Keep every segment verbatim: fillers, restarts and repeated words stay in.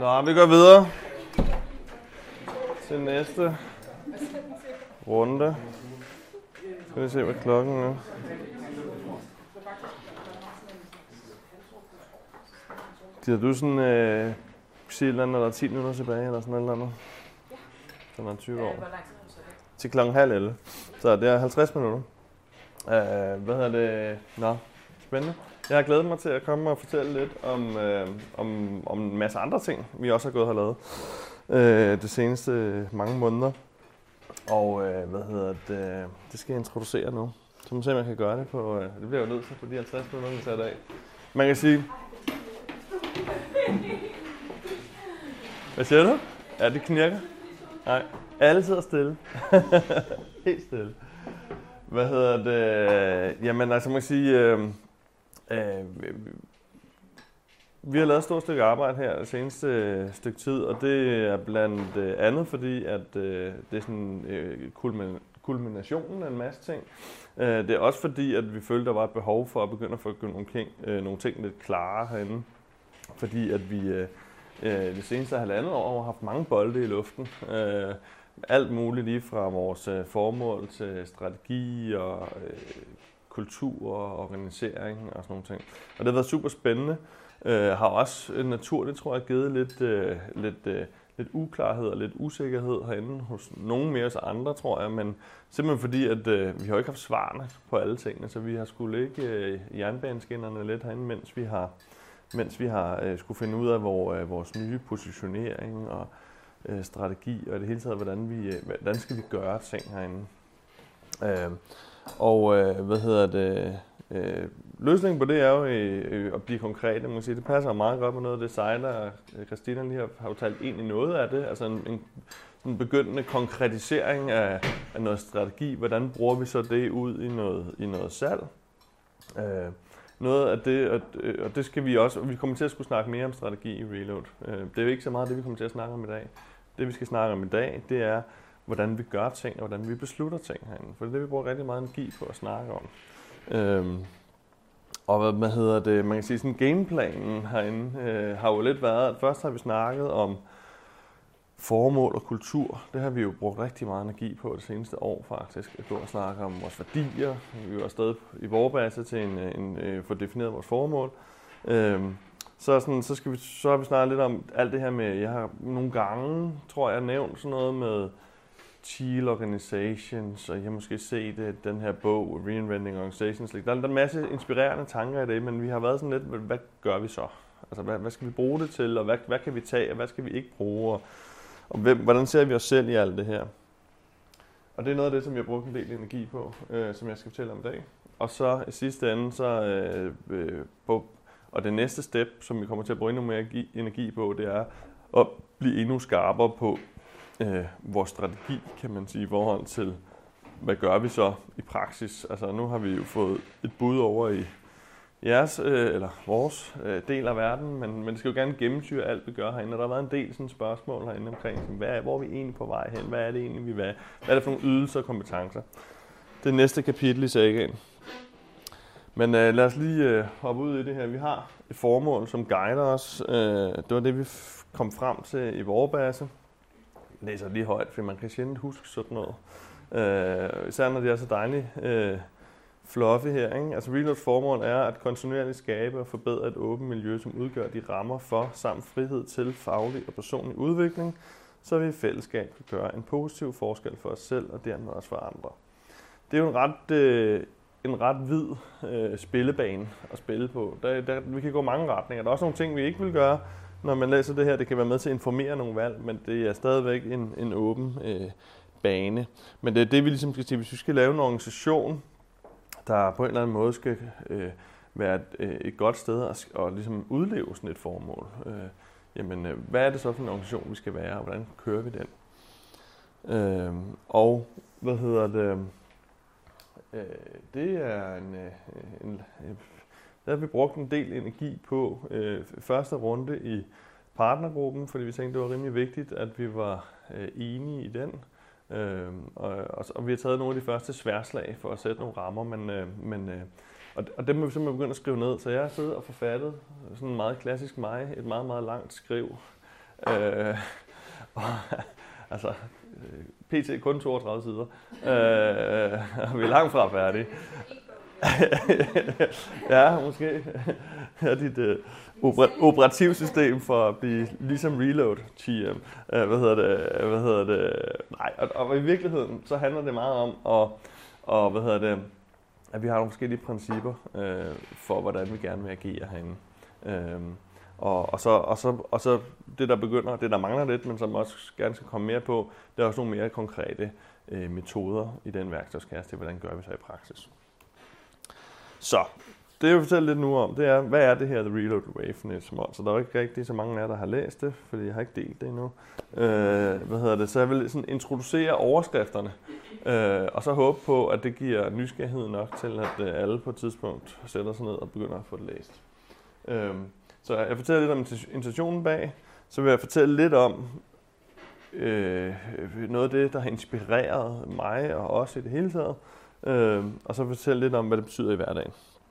Nå, vi går videre til næste runde. Skal vi se, hvad klokken er. Gider du sådan, øh, sige et eller andet, eller ti minutter tilbage, eller sådan noget eller andet? Så er man tyve år. Til klokken halv elleve. Så det er halvtreds minutter. Uh, hvad hedder det? Nå, spændende. Jeg har glædet mig til at komme og fortælle lidt om, øh, om, om en masse andre ting, vi også har gået og lavet øh, de seneste mange måneder. Og øh, hvad hedder det? Det skal jeg introducere nu. Så må se, om jeg kan gøre det på. Øh, det bliver jo nødt til på de halvtreds minutter, vi tager af. Man kan sige... Hvad siger du? Ja, det knirker? Nej, alle sidder stille. Helt stille. Hvad hedder det? Jamen, altså man kan sige... Øh, øh, vi har lavet et stort stykke arbejde her det seneste stykke tid, og det er blandt andet fordi, at øh, det er sådan øh, kulmin- kulminationen af en masse ting. Øh, det er også fordi, at vi følte, der var et behov for at begynde at få nogle ting, øh, nogle ting lidt klare herinde. Fordi at vi øh, øh, det seneste halvandet år har haft mange bolde i luften. Øh, alt muligt lige fra vores øh, formål til strategi og øh, kultur og organisering og sådan nogle ting. Og det har været super spændende. Øh, har også naturligt, tror jeg, givet lidt, øh, lidt, øh, lidt uklarhed og lidt usikkerhed herinde hos nogen mere hos andre, tror jeg. Men simpelthen fordi, at øh, vi har ikke haft svarene på alle tingene, så vi har skulle ligge øh, jernbaneskinnerne lidt herinde, mens vi har, mens vi har øh, skulle finde ud af hvor, øh, vores nye positionering og øh, strategi og i det hele taget, hvordan, vi, øh, hvordan skal vi gøre ting herinde. Øh, og øh, hvad hedder det... Øh, løsningen på det er jo øh, at blive konkret. Man kan sige, det passer meget godt med noget af det, Sejler og Christina lige har, har jo talt ind i noget af det. Altså en, en, en begyndende konkretisering af, af noget strategi. Hvordan bruger vi så det ud i noget, i noget salg? Øh, noget af det, og, og det skal vi også, og vi kommer til at skulle snakke mere om strategi i Reload. Øh, det er jo ikke så meget det, vi kommer til at snakke om i dag. Det, vi skal snakke om i dag, det er, hvordan vi gør ting, og hvordan vi beslutter ting herinde. For det er det, vi bruger rigtig meget energi på at snakke om. Øhm, og hvad, hvad hedder det, man kan sige sådan gameplanen herinde øh, har jo lidt været, at først har vi snakket om formål og kultur. Det har vi jo brugt rigtig meget energi på det seneste år faktisk, at gå og snakke om vores værdier. Vi er jo afsted i Vorbasse til en, en, en, få defineret vores formål. Øhm, så, sådan, så, skal vi, så har vi snakket lidt om alt det her med, jeg har nogle gange, tror jeg, nævnt sådan noget med Teal Organizations, og jeg har måske set det, den her bog, Reinventing Organizations. Der er en masse inspirerende tanker i det, men vi har været sådan lidt, hvad gør vi så? Altså, hvad, hvad skal vi bruge det til, og hvad, hvad kan vi tage, og hvad skal vi ikke bruge? Og, og hvem, hvordan ser vi os selv i alt det her? Og det er noget af det, som jeg bruger en del energi på, øh, som jeg skal fortælle om i dag. Og så i sidste ende, så, øh, øh, på, og det næste step, som vi kommer til at bruge endnu mere energi på, det er at blive endnu skarpere på, Øh, vores strategi, kan man sige, i forhold til, hvad gør vi så i praksis? Altså nu har vi jo fået et bud over i jeres, øh, eller vores øh, del af verden, men, men det skal jo gerne gennemsyre alt, vi gør herinde. Og der har været en del sådan spørgsmål herinde omkring, hvad er, hvor er vi egentlig på vej hen? Hvad er det egentlig, vi vil? Hvad er det for nogle ydelser og kompetencer? Det er næste kapitel i sagaen. Men øh, lad os lige øh, hoppe ud i det her. Vi har et formål, som guider os. Øh, det var det, vi f- kom frem til i Vorbasse. Jeg læser lige højt, for man kan sjældent huske sådan noget. Øh, især når det er så dejligt øh, fluffy her. Ikke? Altså Reloads formål er at kontinuerligt skabe og forbedre et åbent miljø, som udgør de rammer for samt frihed til faglig og personlig udvikling, så vi i fællesskab kan gøre en positiv forskel for os selv og dermed også for andre. Det er jo en ret, øh, en ret vid øh, spillebane at spille på. Der, der, vi kan gå mange retninger. Der er også nogle ting, vi ikke vil gøre, når man læser det her. Det kan være med til at informere nogle valg, men det er stadigvæk en, en åben øh, bane. Men det er det, vi ligesom skal sige. Hvis vi skal lave en organisation, der på en eller anden måde skal øh, være et, øh, et godt sted at og ligesom udleve sådan et formål, øh, jamen øh, hvad er det så for en organisation, vi skal være, og hvordan kører vi den? Øh, og hvad hedder det? Øh, det er en, øh, en, en Der har vi brugt en del energi på øh, første runde i partnergruppen, fordi vi tænkte, det var rimelig vigtigt, at vi var øh, enige i den. Øh, og, og, og vi har taget nogle af de første sværslag for at sætte nogle rammer, men, øh, men, øh, og, og dem må vi simpelthen begynde at skrive ned. Så jeg har siddet og forfattet sådan meget klassisk mig, et meget, meget langt skriv Øh, og, altså, P T kun toogtredive sider. Øh, vi er langt fra færdige. Ja, måske. Ja, dit uh, oper- operativsystem for at blive ligesom Reload T M. Uh, hvad hedder det? Hvad hedder det? Nej, og, og i virkeligheden så handler det meget om at, og, hvad hedder det, at vi har nogle forskellige principper uh, for, hvordan vi gerne vil agere herinde. Uh, og, og, så, og, så, og så det, der begynder, det der mangler lidt, men som også gerne skal komme mere på, det er også nogle mere konkrete uh, metoder i den værktøjskasse til, hvordan gør vi så i praksis. Så, det jeg vil fortælle lidt nu om, det er, hvad er det her The Reload WaveNet Mod? Så der er jo ikke rigtig så mange af jer, der har læst det, fordi jeg har ikke delt det endnu. Øh, hvad hedder det? Så jeg vil sådan introducere overskrifterne, øh, og så håbe på, at det giver nysgerrighed nok til, at øh, alle på et tidspunkt sætter sig ned og begynder at få det læst. Øh, så jeg fortæller lidt om intentionen bag, så vil jeg fortælle lidt om øh, noget af det, der har inspireret mig og os i det hele taget. Øh, og så fortælle lidt om, hvad det betyder i hverdagen.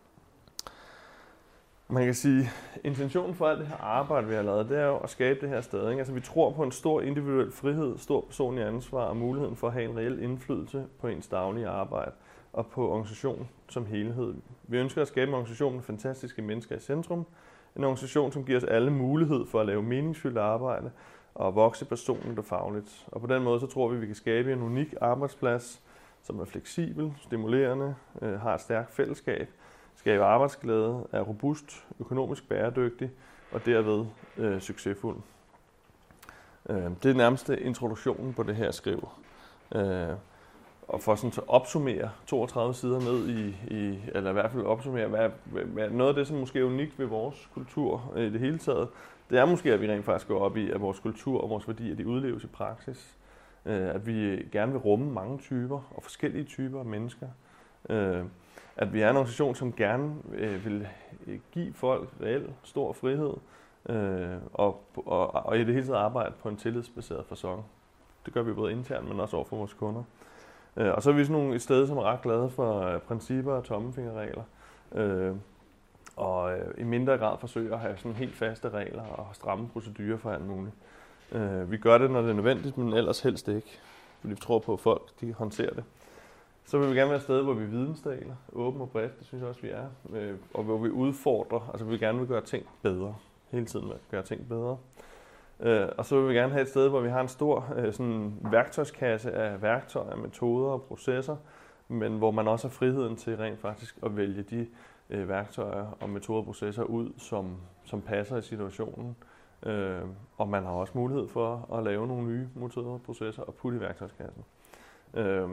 Man kan sige, intentionen for alt det her arbejde, vi har lavet, det er jo at skabe det her sted. Ikke? Altså, vi tror på en stor individuel frihed, stor personlig ansvar og muligheden for at have en reel indflydelse på ens daglige arbejde og på organisationen som helhed. Vi ønsker at skabe en organisation med fantastiske mennesker i centrum. En organisation, som giver os alle mulighed for at lave meningsfyldt arbejde og vokse personligt og fagligt. Og på den måde, så tror vi, at vi kan skabe en unik arbejdsplads, som er fleksibel, stimulerende, øh, har et stærkt fællesskab, skaber arbejdsglæde, er robust, økonomisk bæredygtig og derved øh, succesfuld. Øh, det er nærmest introduktionen på det her skriv. Øh, og for sådan at opsummere toogtredive sider ned i, i eller i hvert fald opsummere, hvad, hvad noget af det, som måske er unikt ved vores kultur i det hele taget, det er måske, at vi rent faktisk går op i, at vores kultur og vores værdier, de udleves i praksis. At vi gerne vil rumme mange typer og forskellige typer af mennesker. At vi er en organisation, som gerne vil give folk reelt stor frihed og, og, og i det hele taget arbejde på en tillidsbaseret facon. Det gør vi både internt, men også over for vores kunder. Og så er vi sådan nogle et sted, som er ret glade for principper og tommelfingerregler. Og i mindre grad forsøger at have sådan helt faste regler og stramme procedurer for alt muligt. Uh, vi gør det, når det er nødvendigt, men ellers helst ikke, fordi vi tror på, at folk de håndterer det. Så vil vi gerne være et sted, hvor vi vidensdeler, åben og bredt, det synes jeg også, vi er, uh, og hvor vi udfordrer, altså vi vil gerne vil gøre ting bedre, hele tiden vil gøre ting bedre. Uh, og så vil vi gerne have et sted, hvor vi har en stor uh, sådan værktøjskasse af værktøjer, metoder og processer, men hvor man også har friheden til rent faktisk at vælge de uh, værktøjer og metoder og processer ud, som, som passer i situationen. Øh, og man har også mulighed for at lave nogle nye metoder og processer og putte i værktøjskassen. Øh,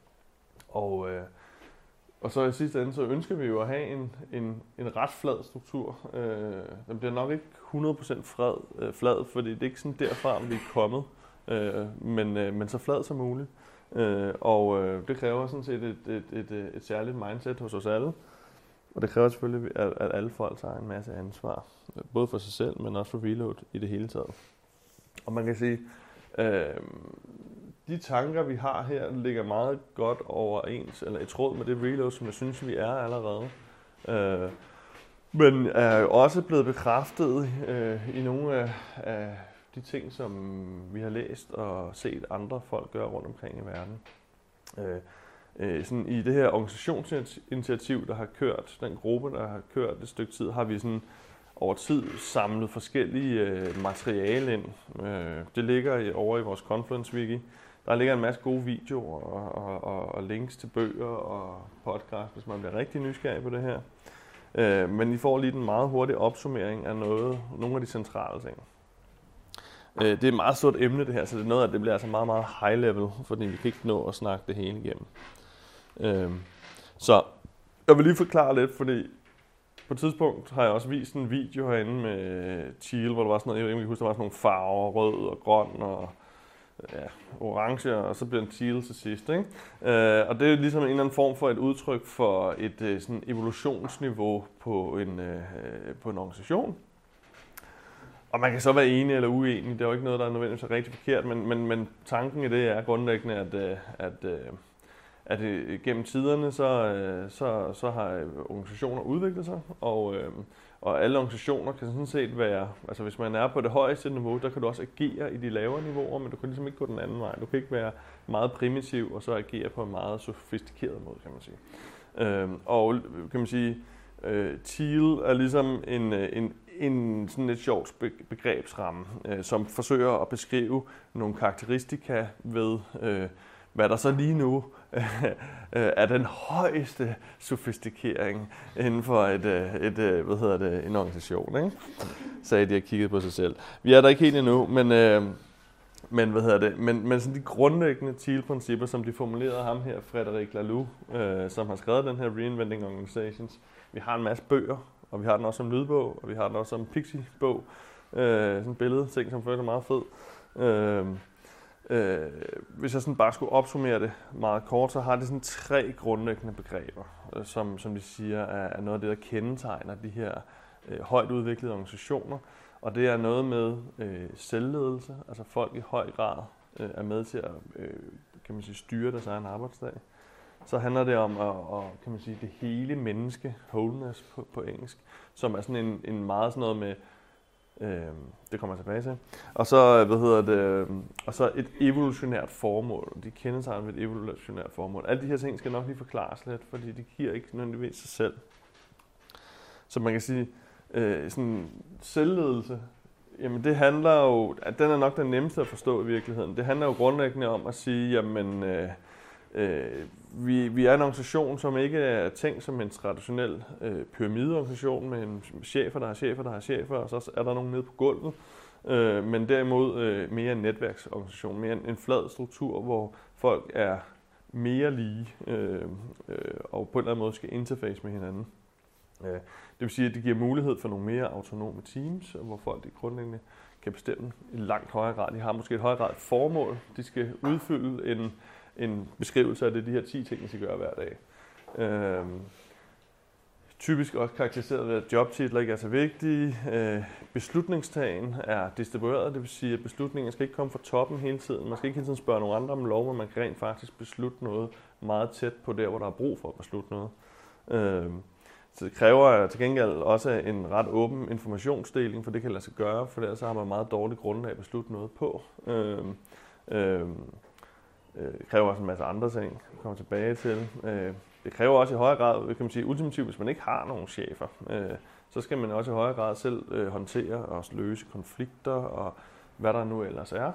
og, øh, og så i sidste ende, så ønsker vi jo at have en, en, en ret flad struktur. Øh, den bliver nok ikke hundrede procent flad, øh, flad, fordi det er ikke sådan derfra, vi er kommet, øh, men, øh, men så flad som muligt. Øh, og øh, det kræver sådan set et, et, et, et, et særligt mindset hos os alle. Og det kræver selvfølgelig, at, at alle folk tager en masse ansvar. Både for sig selv, men også for Reload i det hele taget. Og man kan sige, øh, de tanker, vi har her, ligger meget godt overens, eller i tråd med det Reload, som jeg synes, vi er allerede. Øh, men er jo også blevet bekræftet øh, i nogle af, af de ting, som vi har læst og set andre folk gøre rundt omkring i verden. Øh, øh, sådan i det her organisationsinitiativ, der har kørt, den gruppe, der har kørt et stykke tid, har vi sådan over tid samlet forskellige øh, materiale ind. Øh, det ligger i, over i vores Confluence Wiki. Der ligger en masse gode videoer og, og, og, og links til bøger og podcast, hvis man bliver rigtig nysgerrig på det her. Øh, men I får lige den meget hurtige opsummering af noget, nogle af de centrale ting. Øh, det er et meget stort emne det her, så det er noget af det bliver altså meget, meget high level, fordi vi kan ikke nå at snakke det hele igennem. Øh, så jeg vil lige forklare lidt, fordi på et tidspunkt har jeg også vist en video herinde med teal, hvor der var sådan noget, jeg kan huske, der var sådan nogle farver, rød og grøn og ja, orange, og så bliver den teal til sidst, ikke? Øh, og det er ligesom en eller anden form for et udtryk for et øh, sådan evolutionsniveau på en, øh, på en organisation. Og man kan så være enig eller uenig, det er jo ikke noget, der er nødvendigvis rigtig forkert, men, men, men tanken i det er grundlæggende, at, at, at, at det, gennem tiderne, så, så, så har organisationer udviklet sig, og, og alle organisationer kan sådan set være, altså hvis man er på det højeste niveau, der kan du også agere i de lavere niveauer, men du kan ligesom ikke gå den anden vej. Du kan ikke være meget primitiv og så agere på en meget sofistikeret måde, kan man sige. Og kan man sige, Thiel er ligesom en, en, en sådan lidt sjovt begrebsramme, som forsøger at beskrive nogle karakteristika ved, hvad der så lige nu er den højeste sofistikering inden for et, et, hvad hedder det, en organisation, ikke? Sagde de, at kigget på sig selv. Vi er der ikke helt endnu, men, men, hvad hedder det, men, men sådan de grundlæggende Thiel-principper, som de formulerede ham her, Frederic Laloux, som har skrevet den her Reinventing Organizations. Vi har en masse bøger, og vi har den også som lydbog, og vi har den også som pixie-bog. Sådan en billede, ting som føles meget fed. Øh, hvis jeg sådan bare skulle opsummere det meget kort, så har det sådan tre grundlæggende begreber, øh, som, som de siger er, er noget af det, der kendetegner de her øh, højt udviklede organisationer. Og det er noget med øh, selvledelse, altså folk i høj grad øh, er med til at øh, kan man sige, styre deres egen arbejdsdag. Så handler det om at, at kan man sige, det hele menneske, wholeness på, på engelsk, som er sådan en, en meget sådan noget med Øh, det kommer jeg tilbage til. Og så, hvad hedder det, og så et evolutionært formål. De kendetegner ved et evolutionært formål. Alle de her ting skal nok lige forklares lidt, fordi de giver ikke nødvendigvis sig selv. Så man kan sige, øh, sådan selvledelse, jamen det handler jo, at den er nok den nemmeste at forstå i virkeligheden. Det handler jo grundlæggende om at sige, jamen øh, øh, vi, vi er en organisation, som ikke er tænkt som en traditionel øh, pyramideorganisation med en chefer, der har chefer, der har chefer, og så er der nogen nede på gulvet. Øh, men derimod øh, mere en netværksorganisation, mere en, en flad struktur, hvor folk er mere lige øh, øh, og på en eller anden måde skal interface med hinanden. Øh, det vil sige, at det giver mulighed for nogle mere autonome teams, hvor folk de grundlæggende kan bestemme i langt højere grad. De har måske et højere grad et formål, de skal udfylde en en beskrivelse af det, de her ti ting, de skal gøre hver dag. Øhm, typisk også karakteriseret ved, at jobtitler ikke er så vigtige. Øh, beslutningstagen er distribueret, det vil sige, at beslutningen skal ikke komme fra toppen hele tiden. Man skal ikke hele tiden spørge nogen andre om lov, men man kan rent faktisk beslutte noget meget tæt på der, hvor der er brug for at beslutte noget. Øhm, så det kræver til gengæld også en ret åben informationsdeling, for det kan lade sig gøre, for ellers har man meget dårligt grundlag at beslutte noget på. Øhm, øhm, Det kræver også en masse andre ting, vi kommer tilbage til. Det kræver også i højere grad, kan man sige, ultimativt, hvis man ikke har nogen chefer, så skal man også i højere grad selv håndtere og løse konflikter og hvad der nu ellers er.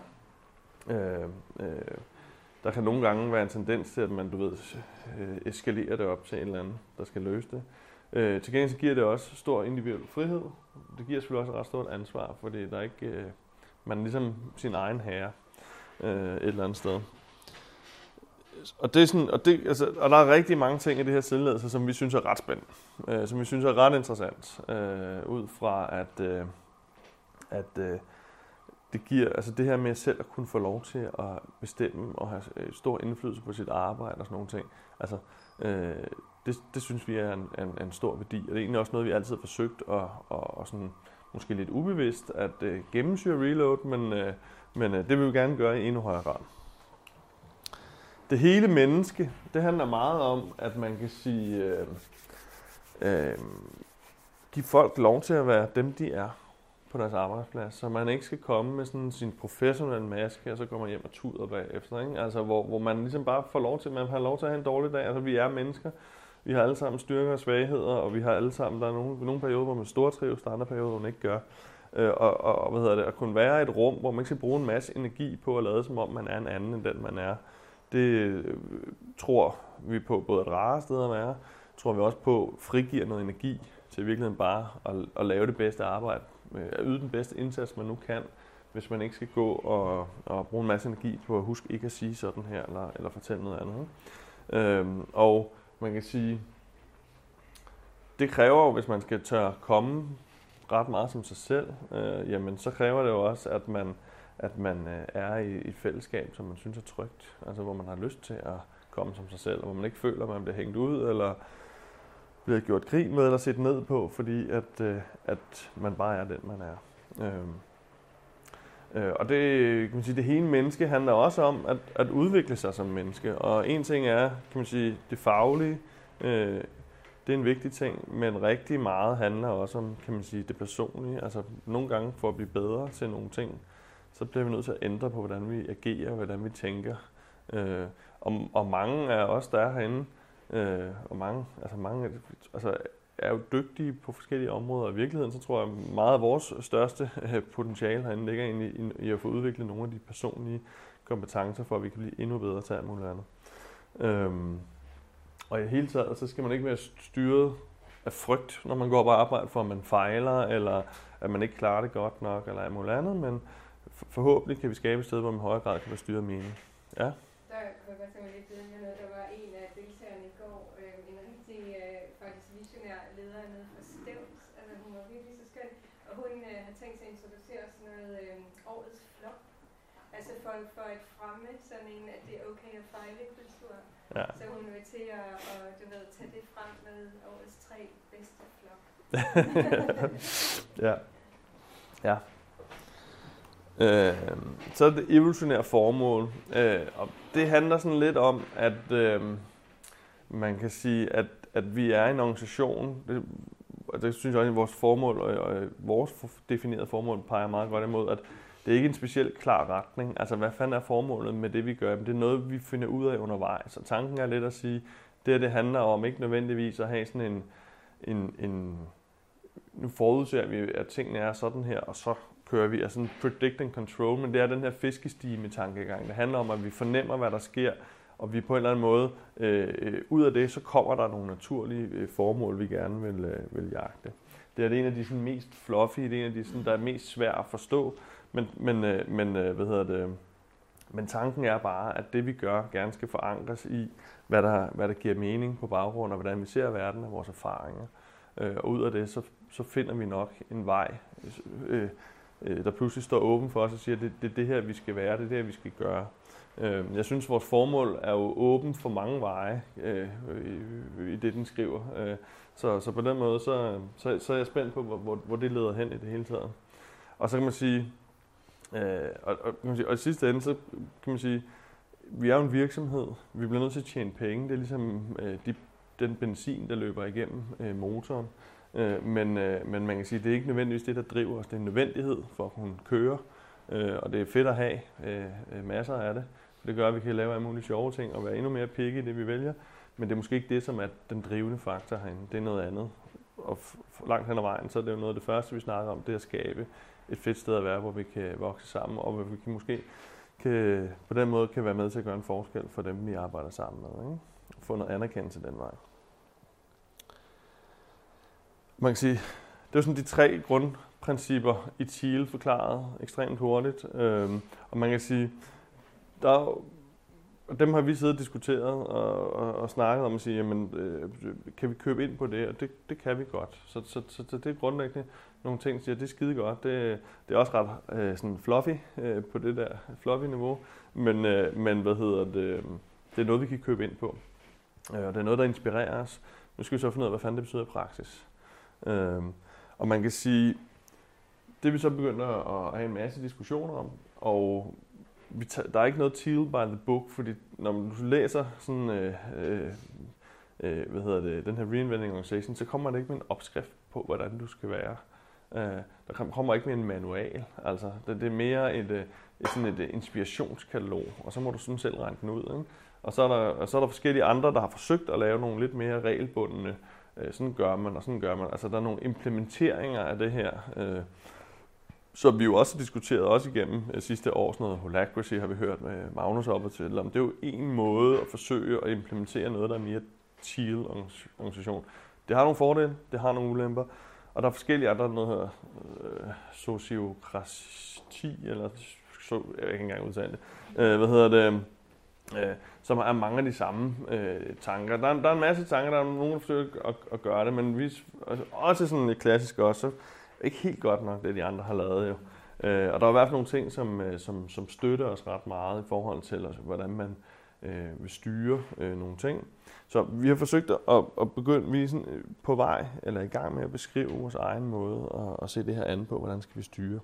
Der kan nogle gange være en tendens til, at man, du ved, eskalerer det op til en eller anden, der skal løse det. Til gengæld så giver det også stor individuel frihed. Det giver selvfølgelig også et ret stort ansvar, fordi der ikke, man er ligesom sin egen herre et eller andet sted. Og, det er sådan, og, det, altså, og der er rigtig mange ting i det her selvledelse, som vi synes er ret spændende, øh, som vi synes er ret interessant, øh, ud fra at, øh, at øh, det giver, altså det her med selv at kunne få lov til at bestemme og have stor indflydelse på sit arbejde og sådan nogle ting. Altså, øh, det, det synes vi er en, en, en stor værdi, og det er egentlig også noget, vi altid har forsøgt at, og, og sådan, måske lidt ubevidst at øh, gennemsyre Reload, men, øh, men øh, det vil vi gerne gøre i endnu højere grad. Det hele menneske, det handler meget om, at man kan sige, øh, øh, give folk lov til at være dem, de er på deres arbejdsplads, så man ikke skal komme med sådan sin professionelle maske, og så kommer man hjem og tuder bagefter, ikke? Altså, hvor, hvor man ligesom bare får lov til, man har lov til at have en dårlig dag. Altså, vi er mennesker, vi har alle sammen styrker og svagheder, og vi har alle sammen, der er nogle, nogle perioder, hvor man stortrives, der er andre perioder, hvor man ikke gør. Øh, og, og, hvad hedder det, at kunne være i et rum, hvor man ikke skal bruge en masse energi på at lade som om, man er en anden end den, man er. Det tror vi på både et rare sted at være, tror vi også på frigiver noget energi til i virkeligheden bare at, at lave det bedste arbejde, at yde den bedste indsats, man nu kan, hvis man ikke skal gå og, og bruge en masse energi på at huske ikke at sige sådan her, eller, eller fortælle noget andet. Øhm, og man kan sige, det kræver jo, hvis man skal tør komme ret meget som sig selv, øh, jamen så kræver det jo også, at man at man øh, er i, i et fællesskab, som man synes er trygt, altså hvor man har lyst til at komme som sig selv, og hvor man ikke føler, at man bliver hængt ud, eller bliver gjort grin med, eller set ned på, fordi at, øh, at man bare er den, man er. Øhm. Øh, og det, kan man sige, det hele menneske handler også om at, at udvikle sig som menneske. Og en ting er, kan man sige, det faglige, øh, det er en vigtig ting, men rigtig meget handler også om, kan man sige, det personlige. Altså nogle gange for at blive bedre til nogle ting, så bliver vi nødt til at ændre på, hvordan vi agerer, hvordan vi tænker. Øh, og, og mange af os, der er herinde, øh, og mange, altså mange altså, er jo dygtige på forskellige områder. Og i virkeligheden, så tror jeg, meget af vores største potentiale herinde ligger egentlig i, i at få udviklet nogle af de personlige kompetencer, for at vi kan blive endnu bedre til alt muligt andet. Øhm, og i det hele taget, så skal man ikke være styret af frygt, når man går på arbejde, for at man fejler, eller at man ikke klarer det godt nok, eller alt muligt andet, men forhåbentlig kan vi skabe et sted, hvor man i højere grad kan være styret af mening. Ja? Der kunne jeg godt tænke mig lidt videre med noget. Der var en af deltagerne i går, øh, en rigtig øh, faktisk visionær leder nede fra Stevns. Altså hun var virkelig så skøn, og hun øh, har tænkt sig at introducere sådan noget øh, årets flop. Altså for, for at fremme sådan en, at det er okay at fejle kultur. Ja. Så hun vil til at og, du ved, tage det frem med årets tre bedste flop. Ja. Ja. Øh, så er det evolutionære formål, øh, og det handler sådan lidt om, at øh, man kan sige, at, at vi er en organisation, det, og det synes jeg også, at vores formål, og, og vores definerede formål peger meget godt imod, at det er ikke en specielt klar retning. Altså, hvad fanden er formålet med det, vi gør? Men det er noget, vi finder ud af undervejs. Så tanken er lidt at sige, det det handler om ikke nødvendigvis at have sådan en, en, en nu forudser vi, at tingene er sådan her, og så kører vi, altså predict and control, men det er den her fiskestime-tankegang. Det handler om, at vi fornemmer, hvad der sker, og vi på en eller anden måde, øh, ud af det, så kommer der nogle naturlige øh, formål, vi gerne vil, øh, vil jagte. Det er det en af de sådan, mest fluffy, det er en af de, sådan, der er mest svært at forstå, men, men, øh, men, øh, hvad hedder det, men tanken er bare, at det vi gør, gerne skal forankres i, hvad der, hvad der giver mening på baggrund af, hvordan vi ser verden og vores erfaringer. Øh, og ud af det, så, så finder vi nok en vej, øh, der pludselig står åben for os og siger, at det, det er det her, vi skal være, det er det her, vi skal gøre. Jeg synes, vores formål er jo åben for mange veje i det, den skriver. Så, så på den måde, så, så, så er jeg spændt på, hvor, hvor det leder hen i det hele taget. Og så kan man sige, og, og, kan man sige, og i sidste ende, så kan man sige, vi er jo en virksomhed, vi bliver nødt til at tjene penge. Det er ligesom de, den benzin, der løber igennem motoren. Men, men man kan sige, at det er ikke nødvendigvis det, der driver os. Det er en nødvendighed for at kunne køre, og det er fedt at have masser af det. Det gør, at vi kan lave alle mulige sjove ting og være endnu mere picky i det, vi vælger. Men det er måske ikke det, som er den drivende faktor herinde. Det er noget andet. Og langt hen ad vejen, så er det jo noget af det første, vi snakker om, det er at skabe et fedt sted at være, hvor vi kan vokse sammen, og hvor vi kan måske kan, på den måde kan være med til at gøre en forskel for dem, vi arbejder sammen med. Ikke? Og få noget anerkendelse den vej. Man kan sige, det er sådan de tre grundprincipper i Thiel forklaret ekstremt hurtigt. Øhm, og man kan sige, der er, dem har vi siddet og diskuteret og, og, og snakket om at sige, jamen, øh, kan vi købe ind på det? Og det, det kan vi godt. Så, så, så, så det er grundlæggende nogle ting, der siger, det er skide godt. Det, det er også ret øh, sådan fluffy øh, på det der fluffy niveau, men, øh, men hvad hedder det, det er noget, vi kan købe ind på. Øh, og det er noget, der inspirerer os. Nu skal vi så finde ud af, hvad fanden det betyder i praksis. Øhm, og man kan sige, det vi så begynder at have en masse diskussioner om, og vi tager, der er ikke noget Thiel by the book, fordi når du læser sådan, øh, øh, hvad hedder det, den her Reinventing Organization, så kommer der ikke med en opskrift på, hvordan du skal være. Øh, der kommer ikke med en manual, altså det, det er mere et, et, sådan et inspirationskatalog, og så må du sådan selv regne den ud. Ikke? Og så er, der, og så er der forskellige andre, der har forsøgt at lave nogle lidt mere regelbundne, sådan gør man, og sådan gør man. Altså, der er nogle implementeringer af det her, øh, som vi jo også har diskuteret også igennem øh, sidste år. Sådan noget Holacracy har vi hørt med Magnus op og til. Det er jo en måde at forsøge at implementere noget, der er mere Thiel-organisation. Det har nogle fordele, det har nogle ulemper, og der er forskellige andre, noget her øh, sociokrati, eller so, jeg kan ikke engang udtale det. Øh, hvad hedder det? Øh, som er mange af de samme øh, tanker. Der er, der er en masse tanker, der er nogen, der forsøger at, at gøre det, men vi også sådan lidt klassisk også, så ikke helt godt nok, det de andre har lavet jo. Øh, og der er i hvert fald nogle ting, som, som, som støtter os ret meget i forhold til, altså, hvordan man øh, vil styre øh, nogle ting. Så vi har forsøgt at, at begynde, vi er sådan på vej, eller i gang med at beskrive vores egen måde, og, og se det her an på, hvordan skal vi styre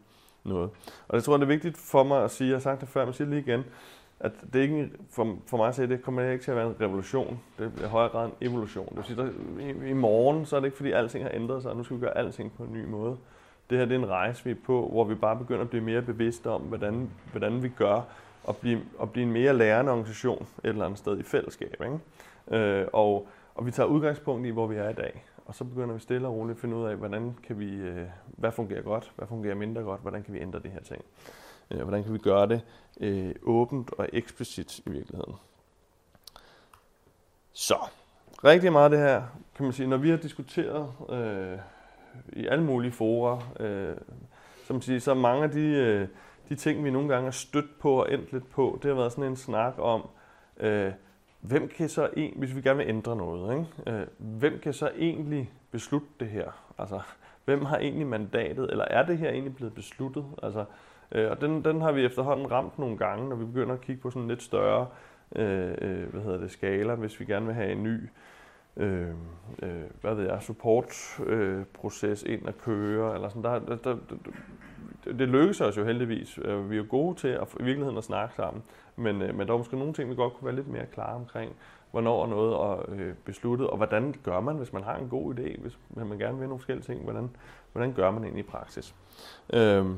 noget. Og det tror jeg, det er vigtigt for mig at sige, jeg har sagt det før, men jeg siger det lige igen, at det ikke, for, for mig at sige, det kommer ikke til at være en revolution. Det er i højere grad en evolution. Det vil sige, der, i, i morgen, så er det ikke fordi alting har ændret sig, og nu skal vi gøre alting på en ny måde. Det her det er en rejse, vi er på, hvor vi bare begynder at blive mere bevidste om, hvordan, hvordan vi gør, og blive, og blive en mere lærende organisation et eller andet sted i fællesskab. Ikke? Øh, og, og vi tager udgangspunkt i, hvor vi er i dag. Og så begynder vi stille og roligt at finde ud af, hvordan kan vi, øh, hvad fungerer godt, hvad fungerer mindre godt, hvordan kan vi ændre de her ting. Øh, hvordan kan vi gøre det øh, åbent og eksplicit i virkeligheden. Så, rigtig meget af det her, kan man sige, når vi har diskuteret øh, i alle mulige fora, øh, som siger, så mange af de, øh, de ting, vi nogle gange har stødt på og endt lidt på, det har været sådan en snak om, øh, hvem kan så en, hvis vi gerne vil ændre noget, ikke? Øh, hvem kan så egentlig beslutte det her? Altså, hvem har egentlig mandatet, eller er det her egentlig blevet besluttet? Altså, øh, og den, den har vi efterhånden ramt nogle gange, når vi begynder at kigge på sådan en lidt større øh, øh, hvad hedder det, skala, hvis vi gerne vil have en ny øh, øh, hvad ved jeg, supportproces øh, ind at køre, eller sådan. Der, der, der, det, det lykkes os jo heldigvis. Vi er jo gode til at, i virkeligheden at snakke sammen, men, øh, men der er måske nogle ting, vi godt kunne være lidt mere klare omkring, hvornår er noget at øh, beslutte, og hvordan gør man, hvis man har en god idé, hvis man gerne vil nogle forskellige ting, hvordan, hvordan gør man egentlig i praksis. Øhm,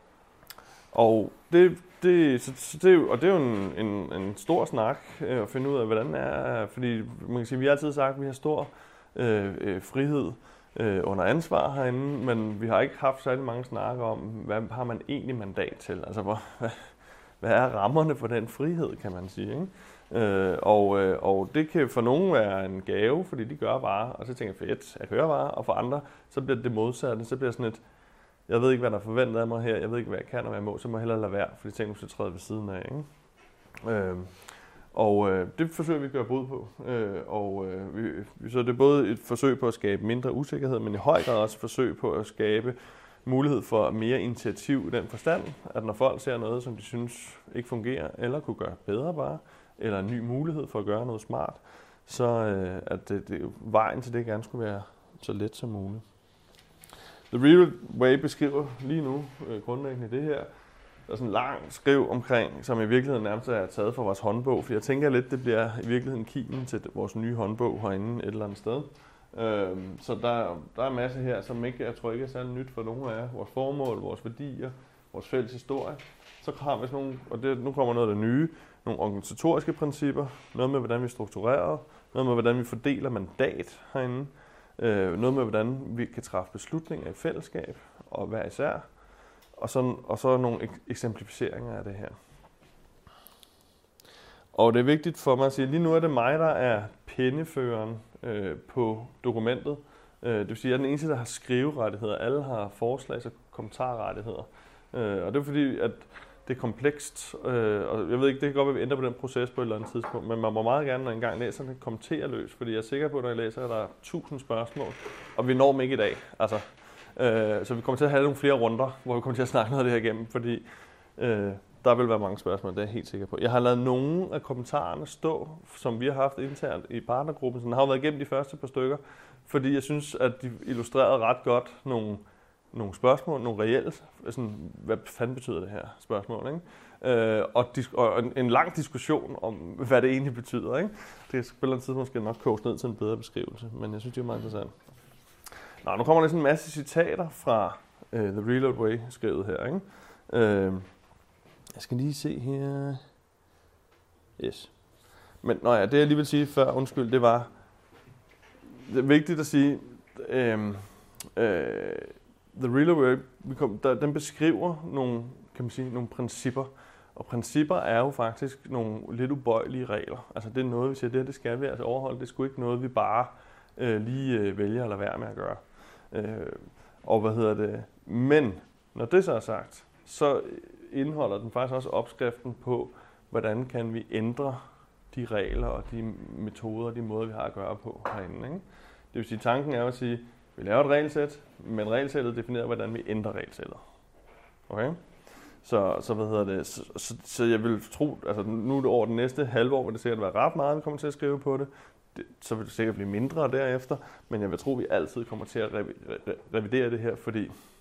og det, det, så, så det, og det er jo en, en, en stor snak øh, at finde ud af, hvordan er, fordi man kan sige, vi har altid sagt, at vi har stor øh, øh, frihed øh, under ansvar herinde, men vi har ikke haft særlig mange snakker om, hvad har man egentlig mandat til, altså hvor, hvad, hvad er rammerne for den frihed, kan man sige, ikke? Øh, og, øh, og det kan for nogen være en gave, fordi de gør bare, og så tænker jeg, fedt, jeg kører bare, og for andre, så bliver det modsatte, så bliver sådan et, jeg ved ikke, hvad der er forventet af mig her, jeg ved ikke, hvad jeg kan og hvad jeg må, så må jeg hellere lade være, fordi tænker, at jeg træder ved siden af, ikke? Øh, og øh, det forsøger vi at gøre bod på, øh, og øh, vi, så det er både et forsøg på at skabe mindre usikkerhed, men i høj grad også et forsøg på at skabe mulighed for mere initiativ i den forstand, at når folk ser noget, som de synes ikke fungerer, eller kunne gøre bedre bare, eller en ny mulighed for at gøre noget smart, så øh, at det, det, vejen til det gerne skulle være så let som muligt. The Real Way beskriver lige nu øh, grundlæggende det her. Der er sådan en lang skriv omkring, som i virkeligheden nærmest er taget fra vores håndbog, for jeg tænker lidt, det bliver i virkeligheden kimen til vores nye håndbog herinde et eller andet sted. Øh, så der, der er en masse her, som ikke, jeg tror ikke er særlig nyt for nogen af jer. Vores formål, vores værdier, vores fælles historie. Så har vi sådan nogle, og det, nu kommer noget af det nye, nogle organisatoriske principper, noget med, hvordan vi strukturerer, noget med, hvordan vi fordeler mandat herinde, øh, noget med, hvordan vi kan træffe beslutninger i fællesskab og hver især, og så, og så nogle ek- eksemplificeringer af det her. Og det er vigtigt for mig at sige, at lige nu er det mig, der er penneføreren øh, på dokumentet. Øh, det vil sige, at jeg er den eneste, der har skriverettigheder. Alle har forslags- og kommentarrettigheder. Øh, og det er fordi, at det er komplekst, øh, og jeg ved ikke, det kan godt være, at vi ændrer på den proces på et eller andet tidspunkt, men man må meget gerne, når en gang læser det, kommentere løs, fordi jeg er sikker på, at når jeg læser, at der er tusind spørgsmål, og vi når dem ikke i dag. Altså, øh, så vi kommer til at have nogle flere runder, hvor vi kommer til at snakke noget af det her igennem, fordi øh, der vil være mange spørgsmål, det er jeg helt sikker på. Jeg har lavet nogle af kommentarerne stå, som vi har haft internt i partnergruppen, så den har været igennem de første par stykker, fordi jeg synes, at de illustrerede ret godt nogle nogle spørgsmål, nogle reelle, sådan, hvad fanden betyder det her spørgsmål, ikke? Øh, og, dis- og en, en lang diskussion om, hvad det egentlig betyder, ikke? Det skal på et eller andet tidspunkt måske nok koges ned til en bedre beskrivelse, men jeg synes, det er meget interessant. Nå, nu kommer der sådan en masse citater fra uh, The Reload Way skrevet her, ikke? Øh, jeg skal lige se her. Yes. Men nå ja, det jeg lige vil sige før, undskyld, det var, det er vigtigt at sige, øh, øh, The Real Way, der, den beskriver nogle, kan man sige, nogle principper, og principper er jo faktisk nogle lidt ubøjelige regler. Altså det er noget, vi siger, det her, det skal vi altså overholde, det er sgu ikke noget, vi bare øh, lige øh, vælger at lade være med at gøre. Øh, og hvad hedder det? Men når det så er sagt, så indeholder den faktisk også opskriften på, hvordan kan vi ændre de regler og de metoder og de måder, vi har at gøre på herinde, ikke? Det vil sige, tanken er at sige, vi laver et regelsæt, men regelsættet definerer, hvordan vi ændrer regelsættet. Okay? Så, så hvad hedder det? Så, så, så jeg vil tro, altså nu er det over den næste halve år, hvor det sikkert være ret meget, vi kommer til at skrive på det. det. Så vil det sikkert blive mindre derefter, men jeg vil tro, at vi altid kommer til at revi- re- revidere det her, fordi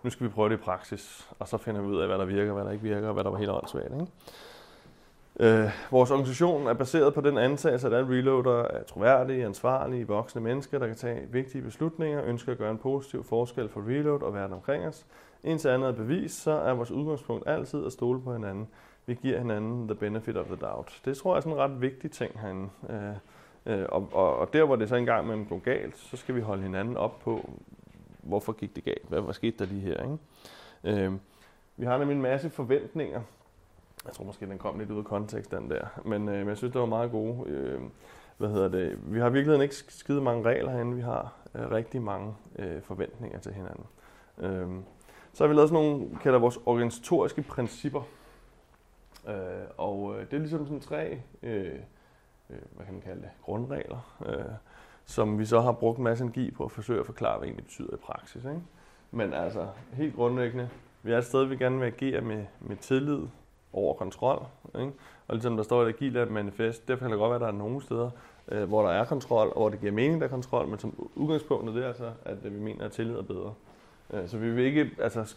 nu skal vi prøve det i praksis, og så finder vi ud af, hvad der virker, hvad der ikke virker, og hvad der var helt åndssvagt. Ikke? Øh, vores organisation er baseret på den antagelse, at alle reloader er troværdige, ansvarlige, voksne mennesker, der kan tage vigtige beslutninger, ønsker at gøre en positiv forskel for reload og verden omkring os. Indtil andet er bevis, så er vores udgangspunkt altid at stole på hinanden. Vi giver hinanden the benefit of the doubt. Det tror jeg er sådan en ret vigtig ting herinde. Øh, øh, og, og, og der, hvor det så engang mellem går galt, så skal vi holde hinanden op på, hvorfor gik det galt? Hvad, hvad skete der lige her? Ikke? Øh, vi har nemlig en masse forventninger. Jeg tror måske, den kom lidt ud af kontekst, den der. Men, øh, men jeg synes, det var meget gode. Øh, hvad hedder det? Vi har i virkeligheden ikke skide mange regler herinde. Vi har øh, rigtig mange øh, forventninger til hinanden. Øh, så har vi lavet sådan nogle, kalder vores organisatoriske principper. Øh, og øh, det er ligesom sådan tre, øh, øh, hvad kan man kalde det, grundregler, øh, som vi så har brugt en masse energi på at forsøge at forklare, hvad det egentlig betyder i praksis. Ikke? Men altså, helt grundlæggende, vi er et sted, vi gerne vil agere med, med tillid over kontrol. Ikke? Og ligesom der står i det agile manifest, derfor kan det godt være, at der er nogle steder, øh, hvor der er kontrol, og hvor det giver mening, der er kontrol, men som udgangspunktet det er altså, at vi mener, at tillid er bedre. Øh, så vi vil ikke, altså,